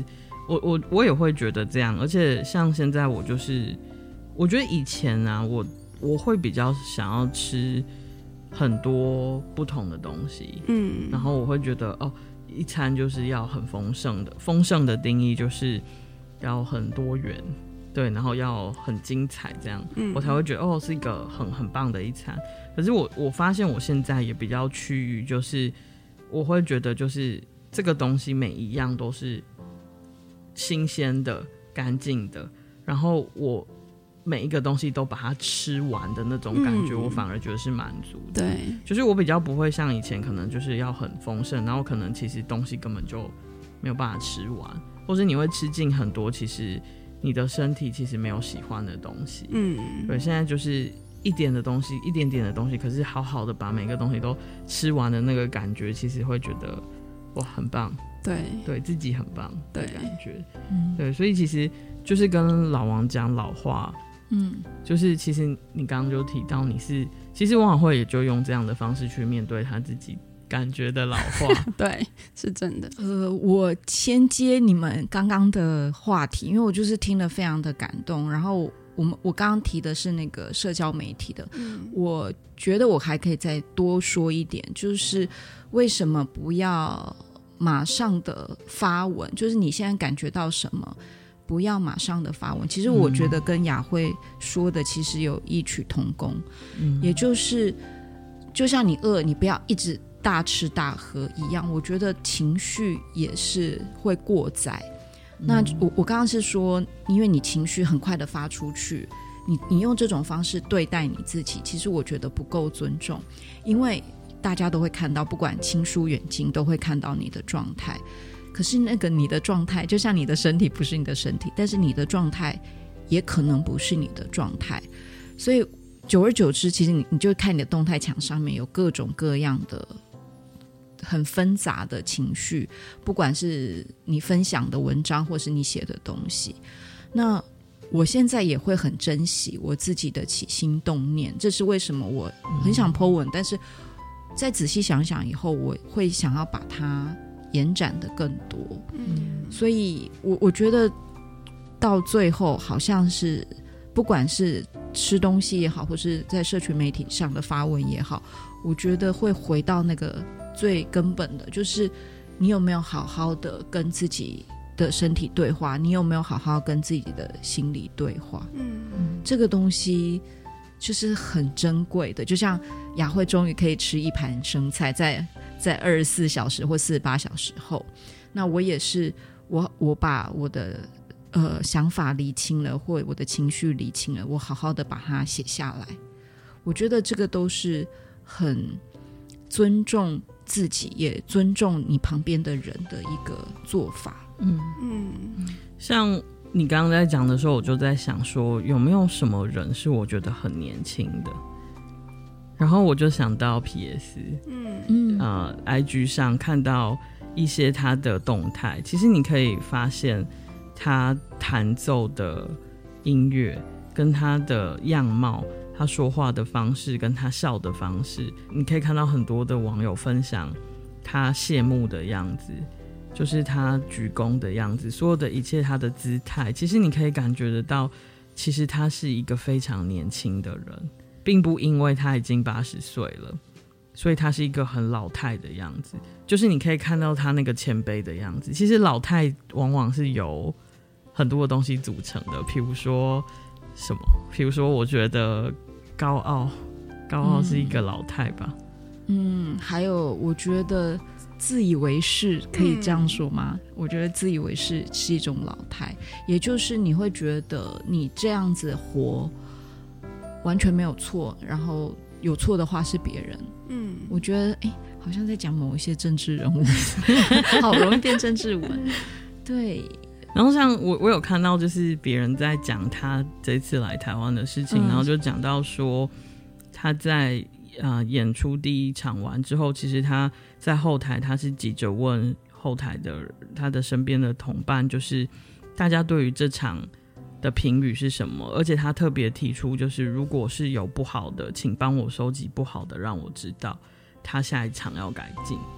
我我我也会觉得这样，而且像现在我就是，我觉得以前啊，我我会比较想要吃很多不同的东西，嗯，然后我会觉得哦，一餐就是要很丰盛的，丰盛的定义就是要很多元，对，然后要很精彩，这样，嗯，我才会觉得哦是一个很很棒的一餐。可是我我发现我现在也比较趋于，就是我会觉得就是这个东西每一样都是新鲜的、干净的，然后我每一个东西都把它吃完的那种感觉，嗯，我反而觉得是满足的。 对， 就是我比较不会像以前可能就是要很丰盛，然后可能其实东西根本就没有办法吃完，或是你会吃进很多其实你的身体其实没有喜欢的东西。嗯，对，现在就是一点的东西，一点点的东西，可是好好的把每个东西都吃完的那个感觉，其实会觉得哇很棒。 对， 对自己很棒的感觉。 嗯， 对，所以其实就是跟老王讲老话。嗯，就是其实你刚刚就提到你是，其实王小慧也就用这样的方式去面对他自己感觉的老话。 对，是真的。 呃，我先接你们刚刚的话题，因为我就是听了非常的感动。然后我们我刚刚提的是那个社交媒体的，嗯，我觉得我还可以再多说一点，就是为什么不要马上的发文，就是你现在感觉到什么不要马上的发文。其实我觉得跟雅慧说的其实有异曲同工，嗯，也就是就像你饿你不要一直大吃大喝一样，我觉得情绪也是会过载。那我我刚刚是说因为你情绪很快的发出去，你你用这种方式对待你自己，其实我觉得不够尊重，因为大家都会看到，不管亲疏远近都会看到你的状态。可是那个你的状态就像你的身体不是你的身体，但是你的状态也可能不是你的状态，所以久而久之其实 你, 你就看你的动态墙上面有各种各样的很纷杂的情绪，不管是你分享的文章或是你写的东西。那我现在也会很珍惜我自己的起心动念，这是为什么我很想 po 文，但是再仔细想想以后我会想要把它延展的更多。嗯，所以我我觉得到最后好像是不管是吃东西也好，或是在社群媒体上的发文也好，我觉得会回到那个最根本的，就是你有没有好好的跟自己的身体对话，你有没有好好跟自己的心理对话。嗯，这个东西就是很珍贵的，就像雅慧终于可以吃一盘生菜，在在二十四小时或四十八小时后，那我也是我我把我的呃想法理清了，或我的情绪理清了，我好好的把它写下来。我觉得这个都是很尊重自己也尊重你旁边的人的一个做法。嗯嗯，像你刚刚在讲的时候，我就在想说有没有什么人是我觉得很年轻的，然后我就想到 P S， 嗯嗯呃 I G 上看到一些他的动态，其实你可以发现他弹奏的音乐跟他的样貌，他说话的方式跟他笑的方式，你可以看到很多的网友分享他谢幕的样子，就是他鞠躬的样子，所有的一切他的姿态，其实你可以感觉得到，其实他是一个非常年轻的人，并不因为他已经八十岁了所以他是一个很老态的样子，就是你可以看到他那个谦卑的样子。其实老态往往是由很多的东西组成的，比如说什么，比如说我觉得高傲高傲是一个老态吧。 嗯，还有我觉得自以为是，可以这样说吗？嗯，我觉得自以为是是一种老态，也就是你会觉得你这样子活完全没有错，然后有错的话是别人。嗯，我觉得哎，好像在讲某一些政治人物好容易变政治文。对， 然后像我我有看到就是别人在讲他这次来台湾的事情，嗯，然后就讲到说他在呃演出第一场完之后，其实他在后台他是急着问后台的他的身边的同伴，就是大家对于这场的评语是什么，而且他特别提出就是如果是有不好的请帮我收集不好的让我知道，他下一场要改进。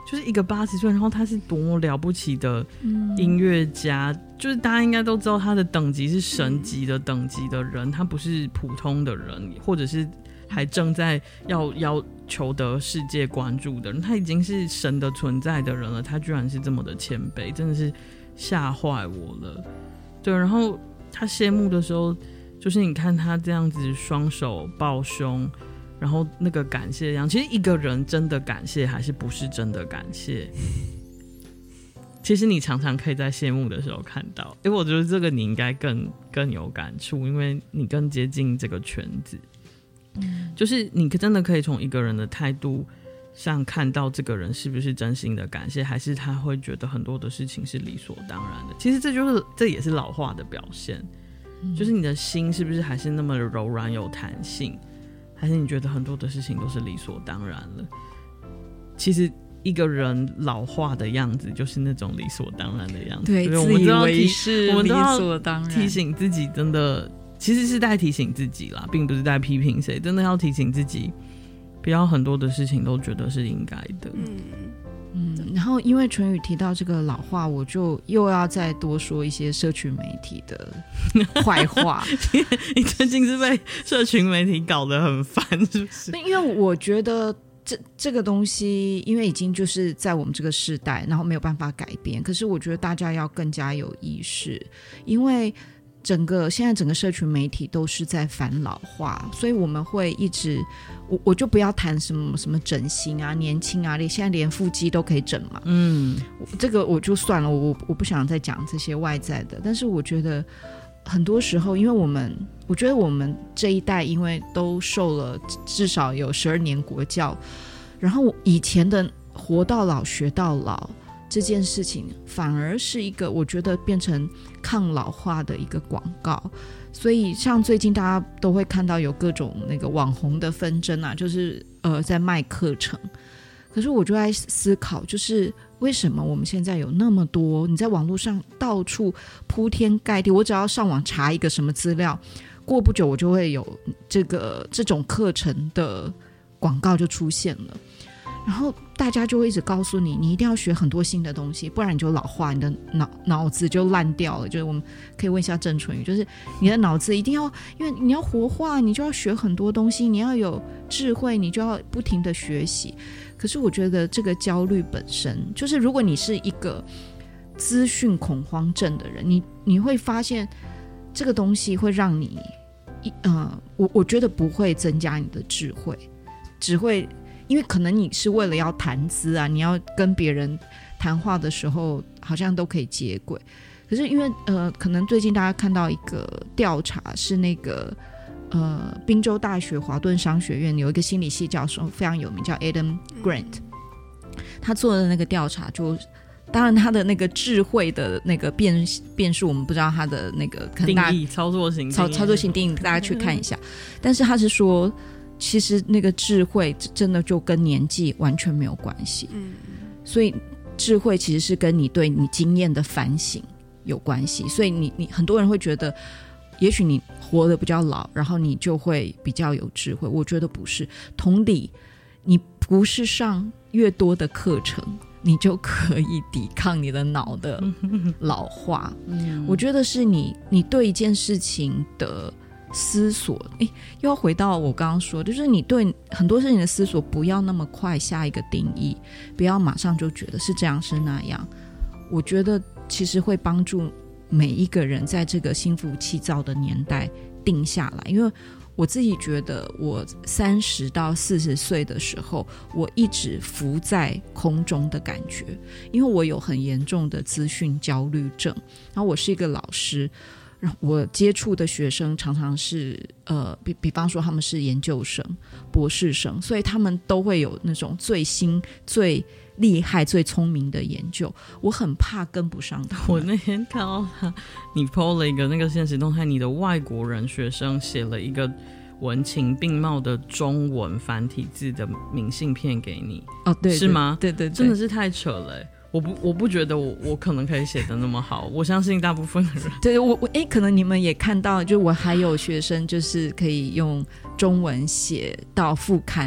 就是一个八十岁，然后他是多么了不起的音乐家、嗯、就是大家应该都知道他的等级是神级的等级的人，他不是普通的人，或者是还正在要要求得世界关注的人，他已经是神的存在的人了，他居然是这么的谦卑，真的是吓坏我了。对，然后他谢幕的时候，就是你看他这样子双手抱胸，然后那个感谢一样，其实一个人真的感谢还是不是真的感谢，其实你常常可以在谢幕的时候看到。因为我觉得这个你应该更更有感触，因为你更接近这个圈子。嗯，就是你真的可以从一个人的态度上看到这个人是不是真心的感谢，还是他会觉得很多的事情是理所当然的。其实这就是这也是老化的表现、嗯、就是你的心是不是还是那么柔软有弹性，还是你觉得很多的事情都是理所当然了。其实一个人老化的样子就是那种理所当然的样子， 对，自以为是理所当然， 提醒自己真的其实是在提醒自己啦，并不是在批评谁，真的要提醒自己不要很多的事情都觉得是应该的。嗯嗯，然后因为淳宇提到这个老话，我就又要再多说一些社群媒体的坏话。 你最近是被社群媒体搞得很烦是不是？ 因为我觉得这这个东西因为已经就是在我们这个世代，然后没有办法改变，可是我觉得大家要更加有意识，因为整个现在整个社群媒体都是在反老化，所以我们会一直 我, 我就不要谈什么什么整形啊年轻啊，现在连腹肌都可以整嘛，嗯，这个我就算了，我我不想再讲这些外在的。但是我觉得很多时候因为我们我觉得我们这一代因为都受了至少有十二年国教，然后以前的活到老学到老这件事情反而是一个我觉得变成抗老化的一个广告。所以像最近大家都会看到有各种那个网红的纷争啊，就是呃在卖课程。可是我就在思考，就是为什么我们现在有那么多你在网络上到处铺天盖地，我只要上网查一个什么资料，过不久我就会有这个这种课程的广告就出现了，然后大家就会一直告诉你你一定要学很多新的东西，不然你就老化，你的脑脑子就烂掉了。就是我们可以问一下郑淳宇，就是你的脑子一定要，因为你要活化，你就要学很多东西，你要有智慧，你就要不停的学习。可是我觉得这个焦虑本身就是如果你是一个资讯恐慌症的人，你你会发现这个东西会让你呃，我我觉得不会增加你的智慧，只会因为可能你是为了要谈资啊，你要跟别人谈话的时候好像都可以接轨。可是因为呃，可能最近大家看到一个调查是那个呃，宾州大学华顿商学院有一个心理系教授非常有名叫 Adam Grant， 他做的那个调查就当然他的那个智慧的那个变变数我们不知道他的那个定义操作型操操作型定义大家去看一下，但是他是说其实那个智慧真的就跟年纪完全没有关系，嗯，所以智慧其实是跟你对你经验的反省有关系。所以你你很多人会觉得也许你活得比较老，然后你就会比较有智慧，我觉得不是。同理，你不是上越多的课程你就可以抵抗你的脑的老化、嗯、我觉得是你你对一件事情的思索，诶，又要回到我刚刚说，就是你对很多事情的思索不要那么快下一个定义，不要马上就觉得是这样是那样。我觉得其实会帮助每一个人在这个心浮气躁的年代定下来。因为我自己觉得我三十到四十岁的时候我一直浮在空中的感觉，因为我有很严重的资讯焦虑症，然后我是一个老师，我接触的学生常常是呃，比比方说他们是研究生博士生，所以他们都会有那种最新最厉害最聪明的研究，我很怕跟不上他。 我那天看到他你 po 了一个那个现实动态，你的外国人学生写了一个文情并茂的中文繁体字的明信片给你。 哦，对， 是吗？ 对对对， 真的是太扯了、欸、我不我不觉得我我可能可以写得那么好，我相信大部分的人对我我哎，可能你们也看到，就我还有学生就是可以用中文写到副刊，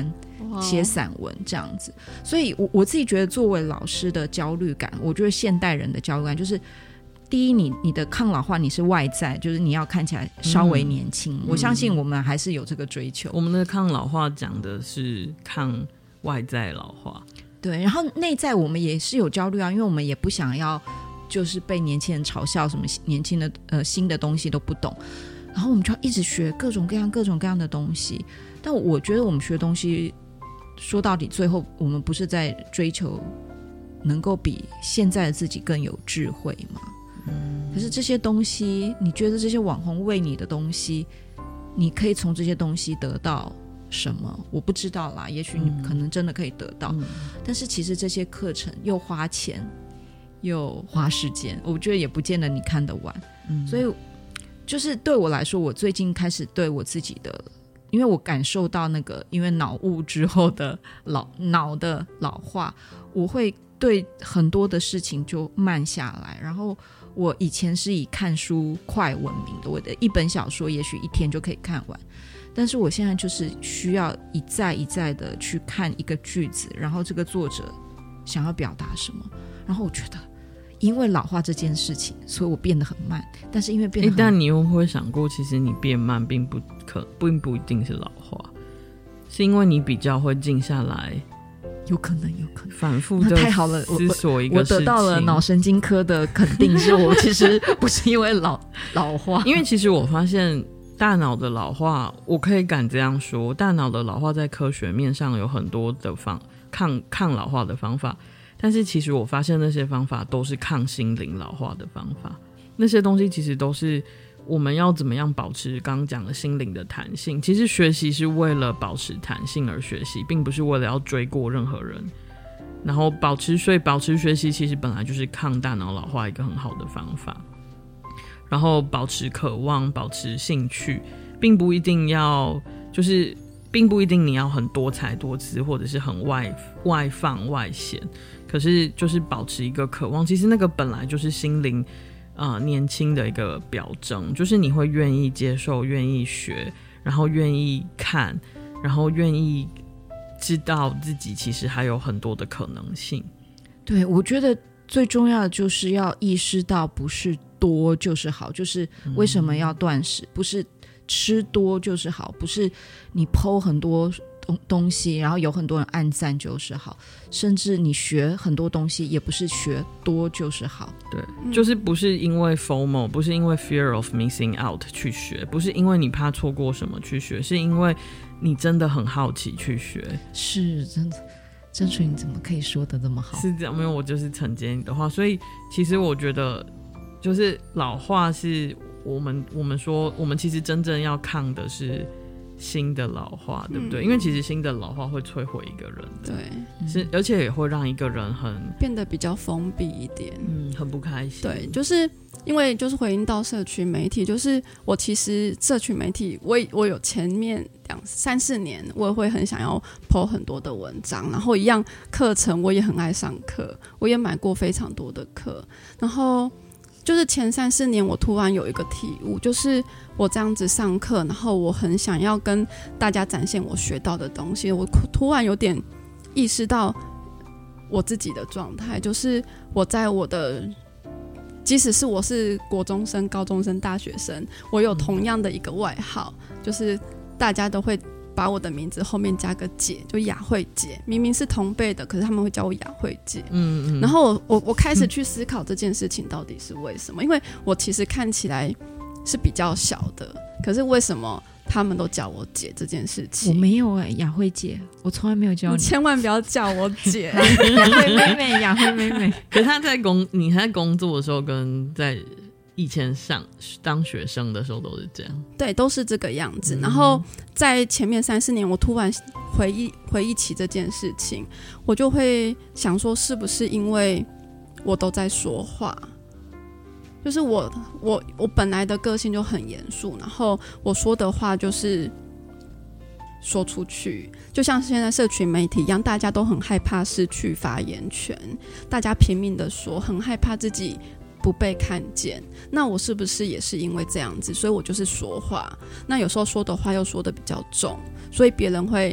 写散文这样子。所以我我自己觉得作为老师的焦虑感，我觉得现代人的焦虑感就是第一，你你的抗老化你是外在，就是你要看起来稍微年轻、嗯、我相信我们还是有这个追求。 我们的抗老化讲的是抗外在老化， 对，然后内在我们也是有焦虑啊，因为我们也不想要就是被年轻人嘲笑什么年轻的呃新的东西都不懂，然后我们就要一直学各种各样各种各样的东西。但我觉得我们学东西说到底最后我们不是在追求能够比现在的自己更有智慧吗？嗯，可是这些东西你觉得这些网红喂你的东西你可以从这些东西得到什么？我不知道啦，也许你可能真的可以得到、嗯、但是其实这些课程又花钱又花时间，我觉得也不见得你看得完、嗯、所以就是对我来说，我最近开始对我自己的，因为我感受到那个因为脑雾之后的老脑的老化，我会对很多的事情就慢下来。然后我以前是以看书快闻名的，我的一本小说也许一天就可以看完，但是我现在就是需要一再一再的去看一个句子，然后这个作者想要表达什么，然后我觉得因为老化这件事情所以我变得很慢，但是因为变得很慢、 欸、但你又会想过其实你变慢并不可并不一定是老化，是因为你比较会静下来， 有可能有可能反复的太好了， 思索一个事情。 我得到了脑神经科的肯定，是我其实不是因为老老化， 因为其实我发现大脑的老化，我可以敢这样说，大脑的老化在科学面上有很多的方抗抗老化的方法，但是其实我发现那些方法都是抗心灵老化的方法，那些东西其实都是我们要怎么样保持刚刚讲的心灵的弹性。其实学习是为了保持弹性而学习，并不是为了要追过任何人，然后保持所以保持学习其实本来就是抗大脑老化一个很好的方法。然后保持渴望，保持兴趣，并不一定要就是并不一定你要很多才多姿或者是很外外放外显，可是就是保持一个渴望，其实那个本来就是心灵呃年轻的一个表征，就是你会愿意接受，愿意学，然后愿意看，然后愿意知道自己其实还有很多的可能性。 对，我觉得最重要的就是要意识到不是多就是好，就是为什么要断食、嗯、不是吃多就是好，不是你 po 很多东西然后有很多人按赞就是好，甚至你学很多东西也不是学多就是好。 对、嗯、就是不是因为 FOMO， 不是因为 fear of missing out 去学，不是因为你怕错过什么去学，是因为你真的很好奇去学。 是真的，郑纯你怎么可以说得这么好？ 是这样，因为我就是承接你的话，所以其实我觉得就是老化是我们我们说我们其实真正要抗的是新的老化，对不对、嗯、因为其实新的老化会摧毁一个人的， 对， 是而且也会让一个人很变得比较封闭一点， 嗯，很不开心。 对，就是因为就是回应到社群媒体，就是我其实社群媒体我我有前面两三四年我也会很想要 po 很多的文章，然后一样课程我也很爱上课，我也买过非常多的课，然后就是前三四年我突然有一个体悟，就是我这样子上课，然后我很想要跟大家展现我学到的东西，我突然有点意识到我自己的状态，就是我在我的即使是我是国中生、高中生、大学生，我有同样的一个外号，就是大家都会把我的名字后面加个姐，就雅慧姐，明明是同辈的，可是他们会叫我雅慧姐。嗯嗯。然后我我我开始去思考这件事情到底是为什么，因为我其实看起来是比较小的，可是为什么他们都叫我姐这件事情？ 我没有哎、欸，雅慧姐，我从来没有叫你。 你千万不要叫我姐， 雅慧妹妹，雅慧妹妹。 可是他在工，你在工作的时候跟在以前上当学生的时候都是这样， 对，都是这个样子、嗯、然后在前面三四年我突然回忆回忆起这件事情，我就会想说是不是因为我都在说话，就是我我我本来的个性就很严肃，然后我说的话就是说出去，就像现在社群媒体一样，大家都很害怕失去发言权，大家拼命的说，很害怕自己不被看见，那我是不是也是因为这样子，所以我就是说话，那有时候说的话又说的比较重，所以别人会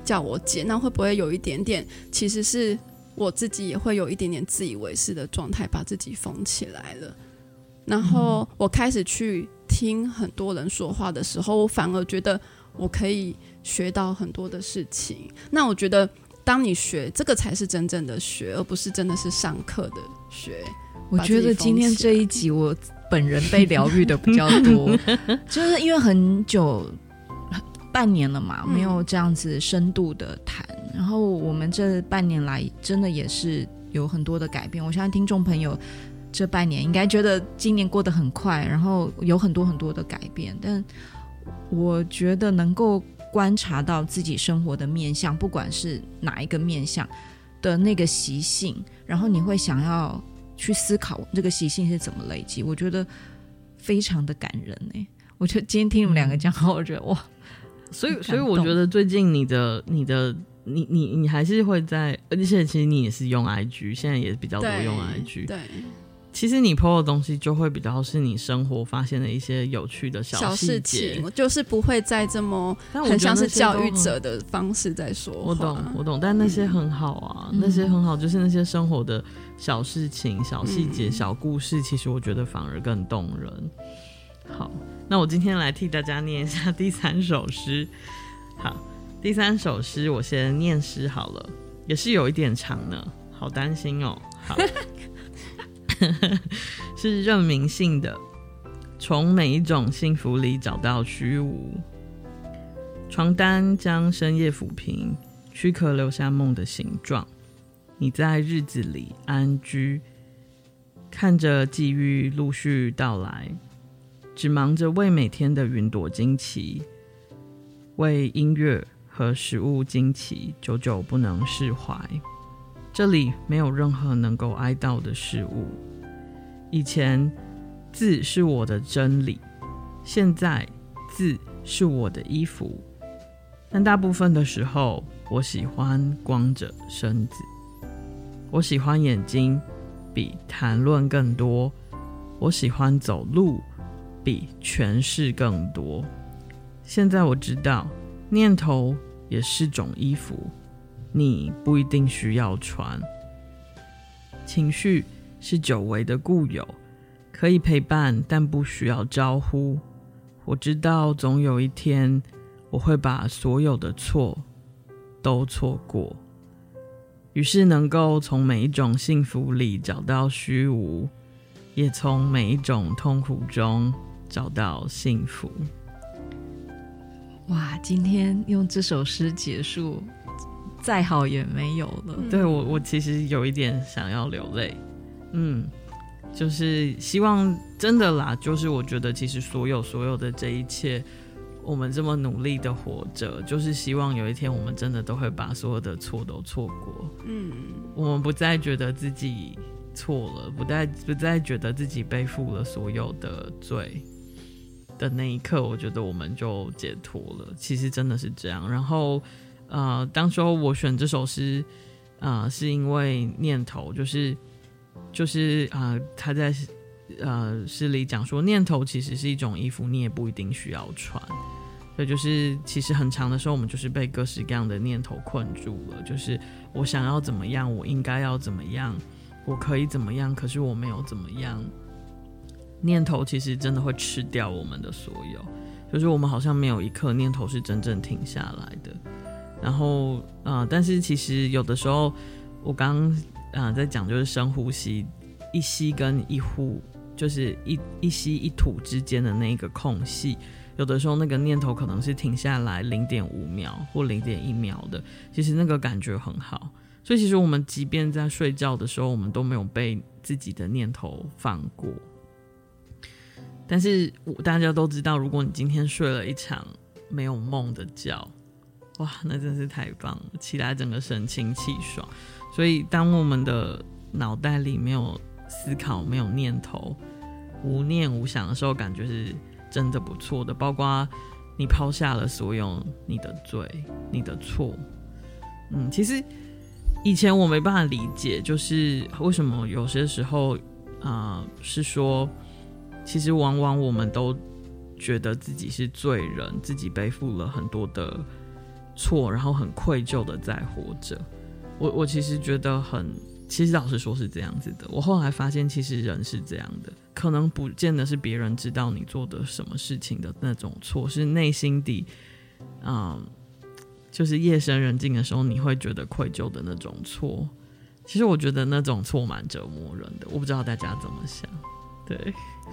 叫我姐，那会不会有一点点其实是我自己也会有一点点自以为是的状态，把自己封起来了。然后我开始去听很多人说话的时候，我反而觉得我可以学到很多的事情。那我觉得当你学这个才是真正的学，而不是真的是上课的学。 我觉得今天这一集我本人被疗愈的比较多就是因为很久半年了嘛，没有这样子深度的谈、嗯、然后我们这半年来真的也是有很多的改变。我相信听众朋友这半年应该觉得今年过得很快，然后有很多很多的改变，但我觉得能够观察到自己生活的面向，不管是哪一个面向的那个习性，然后你会想要去思考这个习性是怎么累积，我觉得非常的感人、欸、我觉得今天听你们两个讲话、嗯、我觉得哇， 所以所以我觉得最近你的你的你你你还是会在，而且其实你也是用 I G， 现在也比较多用 I G， 对， 其实你 po 的东西就会比较是你生活发现的一些有趣的小事情，就是不会再这么很像是教育者的方式在说话。 我懂我懂，但那些很好啊、嗯、那些很好，就是那些生活的小事情小细节、嗯、小故事，其实我觉得反而更动人。好，那我今天来替大家念一下第三首诗。好，第三首诗我先念诗好了，也是有一点长呢，好担心哦。好是任明信的，从每一种幸福里找到虚无。床单将深夜抚平，躯壳留下梦的形状。你在日子里安居，看着际遇陆续到来，只忙着为每天的云朵惊奇，为音乐和食物惊奇，久久不能释怀。这里没有任何能够哀悼的事物。以前字是我的真理，现在字是我的衣服，但大部分的时候我喜欢光着身子。我喜欢眼睛比谈论更多，我喜欢走路比诠释更多。现在我知道念头也是种衣服，你不一定需要穿。情绪是久违的故友，可以陪伴但不需要招呼。我知道总有一天我会把所有的错都错过，于是能够从每一种幸福里找到虚无，也从每一种痛苦中找到幸福。 哇，今天用这首诗结束，再好也没有了。 嗯、对，我我其实有一点想要流泪。嗯，就是希望真的啦，就是我觉得其实所有所有的这一切，我们这么努力的活着，就是希望有一天我们真的都会把所有的错都错过。嗯，我们不再觉得自己错了，不再不再觉得自己背负了所有的罪的那一刻，我觉得我们就解脱了。其实真的是这样。然后呃，当时候我选这首诗呃，是因为念头，就是就是呃，他在呃诗里讲说，念头其实是一种衣服，你也不一定需要穿。所以就是其实很长的时候，我们就是被各式各样的念头困住了。就是我想要怎么样，我应该要怎么样，我可以怎么样，可是我没有怎么样。念头其实真的会吃掉我们的所有，就是我们好像没有一刻念头是真正停下来的。然后呃，但是其实有的时候，我刚刚呃在讲就是深呼吸，一吸跟一呼，就是一一吸一吐之间的那个空隙，有的时候那个念头可能是停下来零点五秒或零点一秒的，其实那个感觉很好。所以其实我们即便在睡觉的时候，我们都没有被自己的念头放过。但是大家都知道，如果你今天睡了一场没有梦的觉，哇，那真是太棒了，起来整个神清气爽。所以当我们的脑袋里没有思考，没有念头，无念无想的时候，感觉是真的不错的。包括你抛下了所有你的罪，你的错。嗯，其实以前我没办法理解，就是为什么有些时候呃是说，其实往往我们都觉得自己是罪人，自己背负了很多的错，然后很愧疚的在活着。我我其实觉得很，其实老实说是这样子的。我后来发现，其实人是这样的，可能不见得是别人知道你做的什么事情的那种错，是内心底，嗯，就是夜深人静的时候，你会觉得愧疚的那种错。其实我觉得那种错蛮折磨人的，我不知道大家怎么想。对，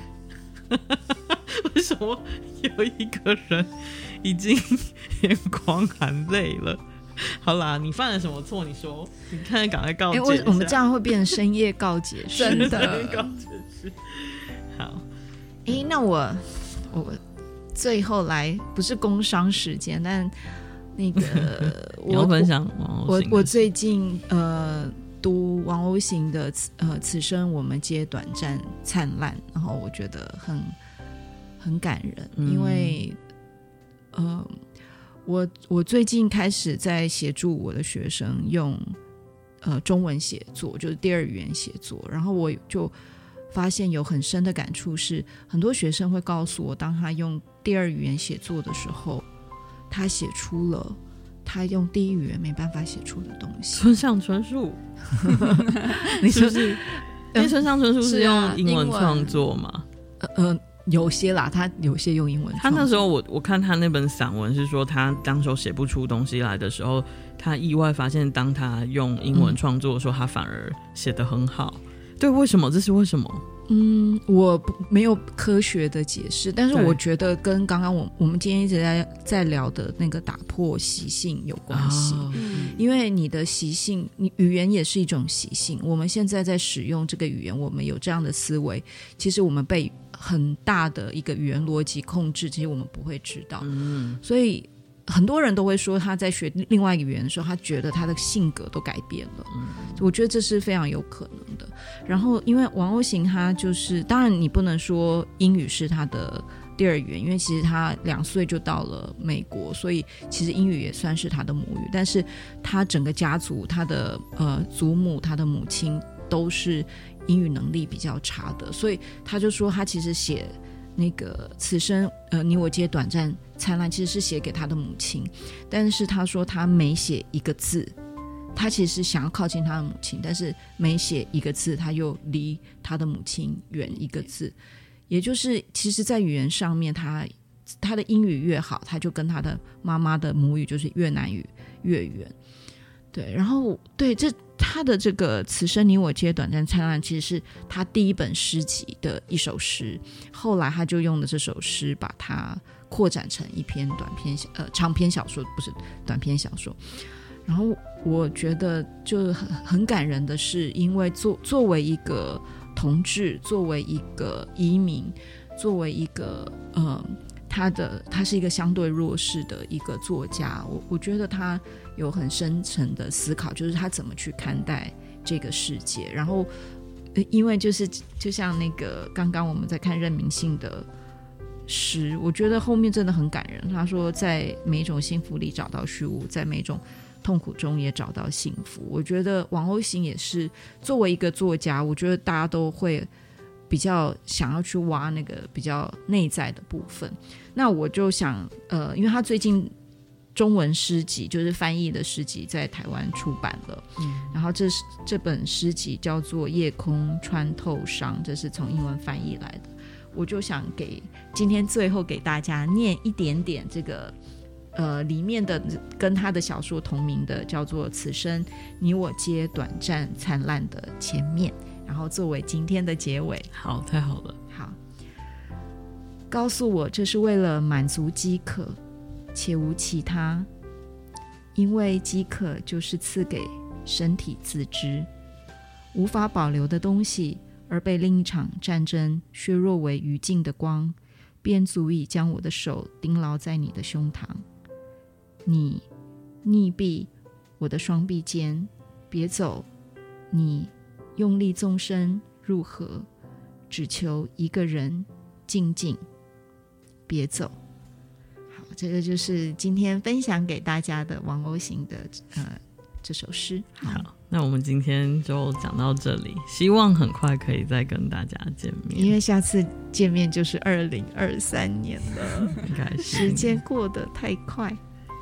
为什么有一个人已经眼眶含泪了？好啦，你犯了什么错？你说，你看，赶快告解一下。 欸、我们这样会变成深夜告解室， 真的。 告解室。好， 哎、欸，那我我最后来不是工商时间，但那个你要分享王欧行的我我最近呃读王欧行的呃此生我们皆短暂灿烂，然后我觉得很很感人，嗯、因为呃。我我最近开始在协助我的学生用呃中文写作，就是第二语言写作，然后我就发现有很深的感触是，很多学生会告诉我，当他用第二语言写作的时候，他写出了他用第一语言没办法写出的东西。 村上春树，你是不是？因为村上春树是用英文创作嘛？ 呃呃。有些啦，他有些用英文。 他那时候我我看他那本散文是说，他当时候写不出东西来的时候，他意外发现，当他用英文创作的时候，嗯、他反而写得很好。对，为什么？这是为什么？ 嗯，我没有科学的解释，但是我觉得跟刚刚我我们今天一直在在聊的那个打破习性有关系。哦、因为你的习性，你语言也是一种习性。我们现在在使用这个语言，我们有这样的思维，其实我们被很大的一个语言逻辑控制，其实我们不会知道。嗯，所以很多人都会说，他在学另外一个语言的时候，他觉得他的性格都改变了。嗯，我觉得这是非常有可能的。然后，因为王欧行他就是，当然你不能说英语是他的第二语言，因为其实他两岁就到了美国，所以其实英语也算是他的母语。但是他整个家族，他的呃祖母、他的母亲都是英语能力比较差的，所以他就说他其实写那个此生呃你我皆短暂灿烂其实是写给他的母亲，但是他说他每写一个字，他其实想要靠近他的母亲，但是每写一个字他又离他的母亲远一个字，也就是其实在语言上面他他的英语越好，他就跟他的妈妈的母语就是越南语越远。对，然后对这他的这个此生你我皆短暂灿烂其实是他第一本诗集的一首诗，后来他就用了这首诗把它扩展成一篇短篇呃长篇小说，不是短篇小说。然后我觉得就很很感人的是，因为作作为一个同志，作为一个移民，作为一个呃他的他是一个相对弱势的一个作家，我我觉得他有很深层的思考，就是他怎么去看待这个世界。然后因为就是就像那个刚刚我们在看任明信的诗，我觉得后面真的很感人。他说在每种幸福里找到虚无，在每种痛苦中也找到幸福。我觉得王欧行也是作为一个作家，我觉得大家都会比较想要去挖那个比较内在的部分。那我就想呃，因为他最近中文诗集就是翻译的诗集在台湾出版了、嗯、然后这这本诗集叫做夜空穿透伤，这是从英文翻译来的。我就想给今天最后给大家念一点点这个呃里面的跟他的小说同名的叫做此生你我皆短暂灿烂的前面，然后作为今天的结尾。 好，太好了。 好，告诉我这是为了满足饥渴且无其他，因为饥渴就是赐给身体自知无法保留的东西，而被另一场战争削弱为余烬的光，便足以将我的手钉牢在你的胸膛。你溺毙我的双臂间，别走，你用力纵身入河，只求一个人静静，别走。好，这个就是今天分享给大家的王欧行的呃这首诗。好， 好，那我们今天就讲到这里，希望很快可以再跟大家见面， 因为下次见面就是二零二三年了， 应该是时间过得太快。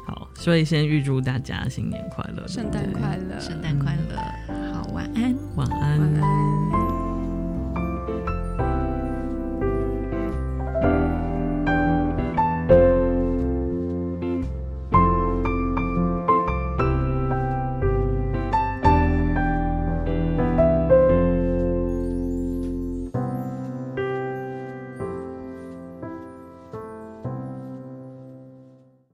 好，所以先预祝大家新年快乐， 圣诞快乐， 圣诞快乐，好，晚安， 晚安， 晚安。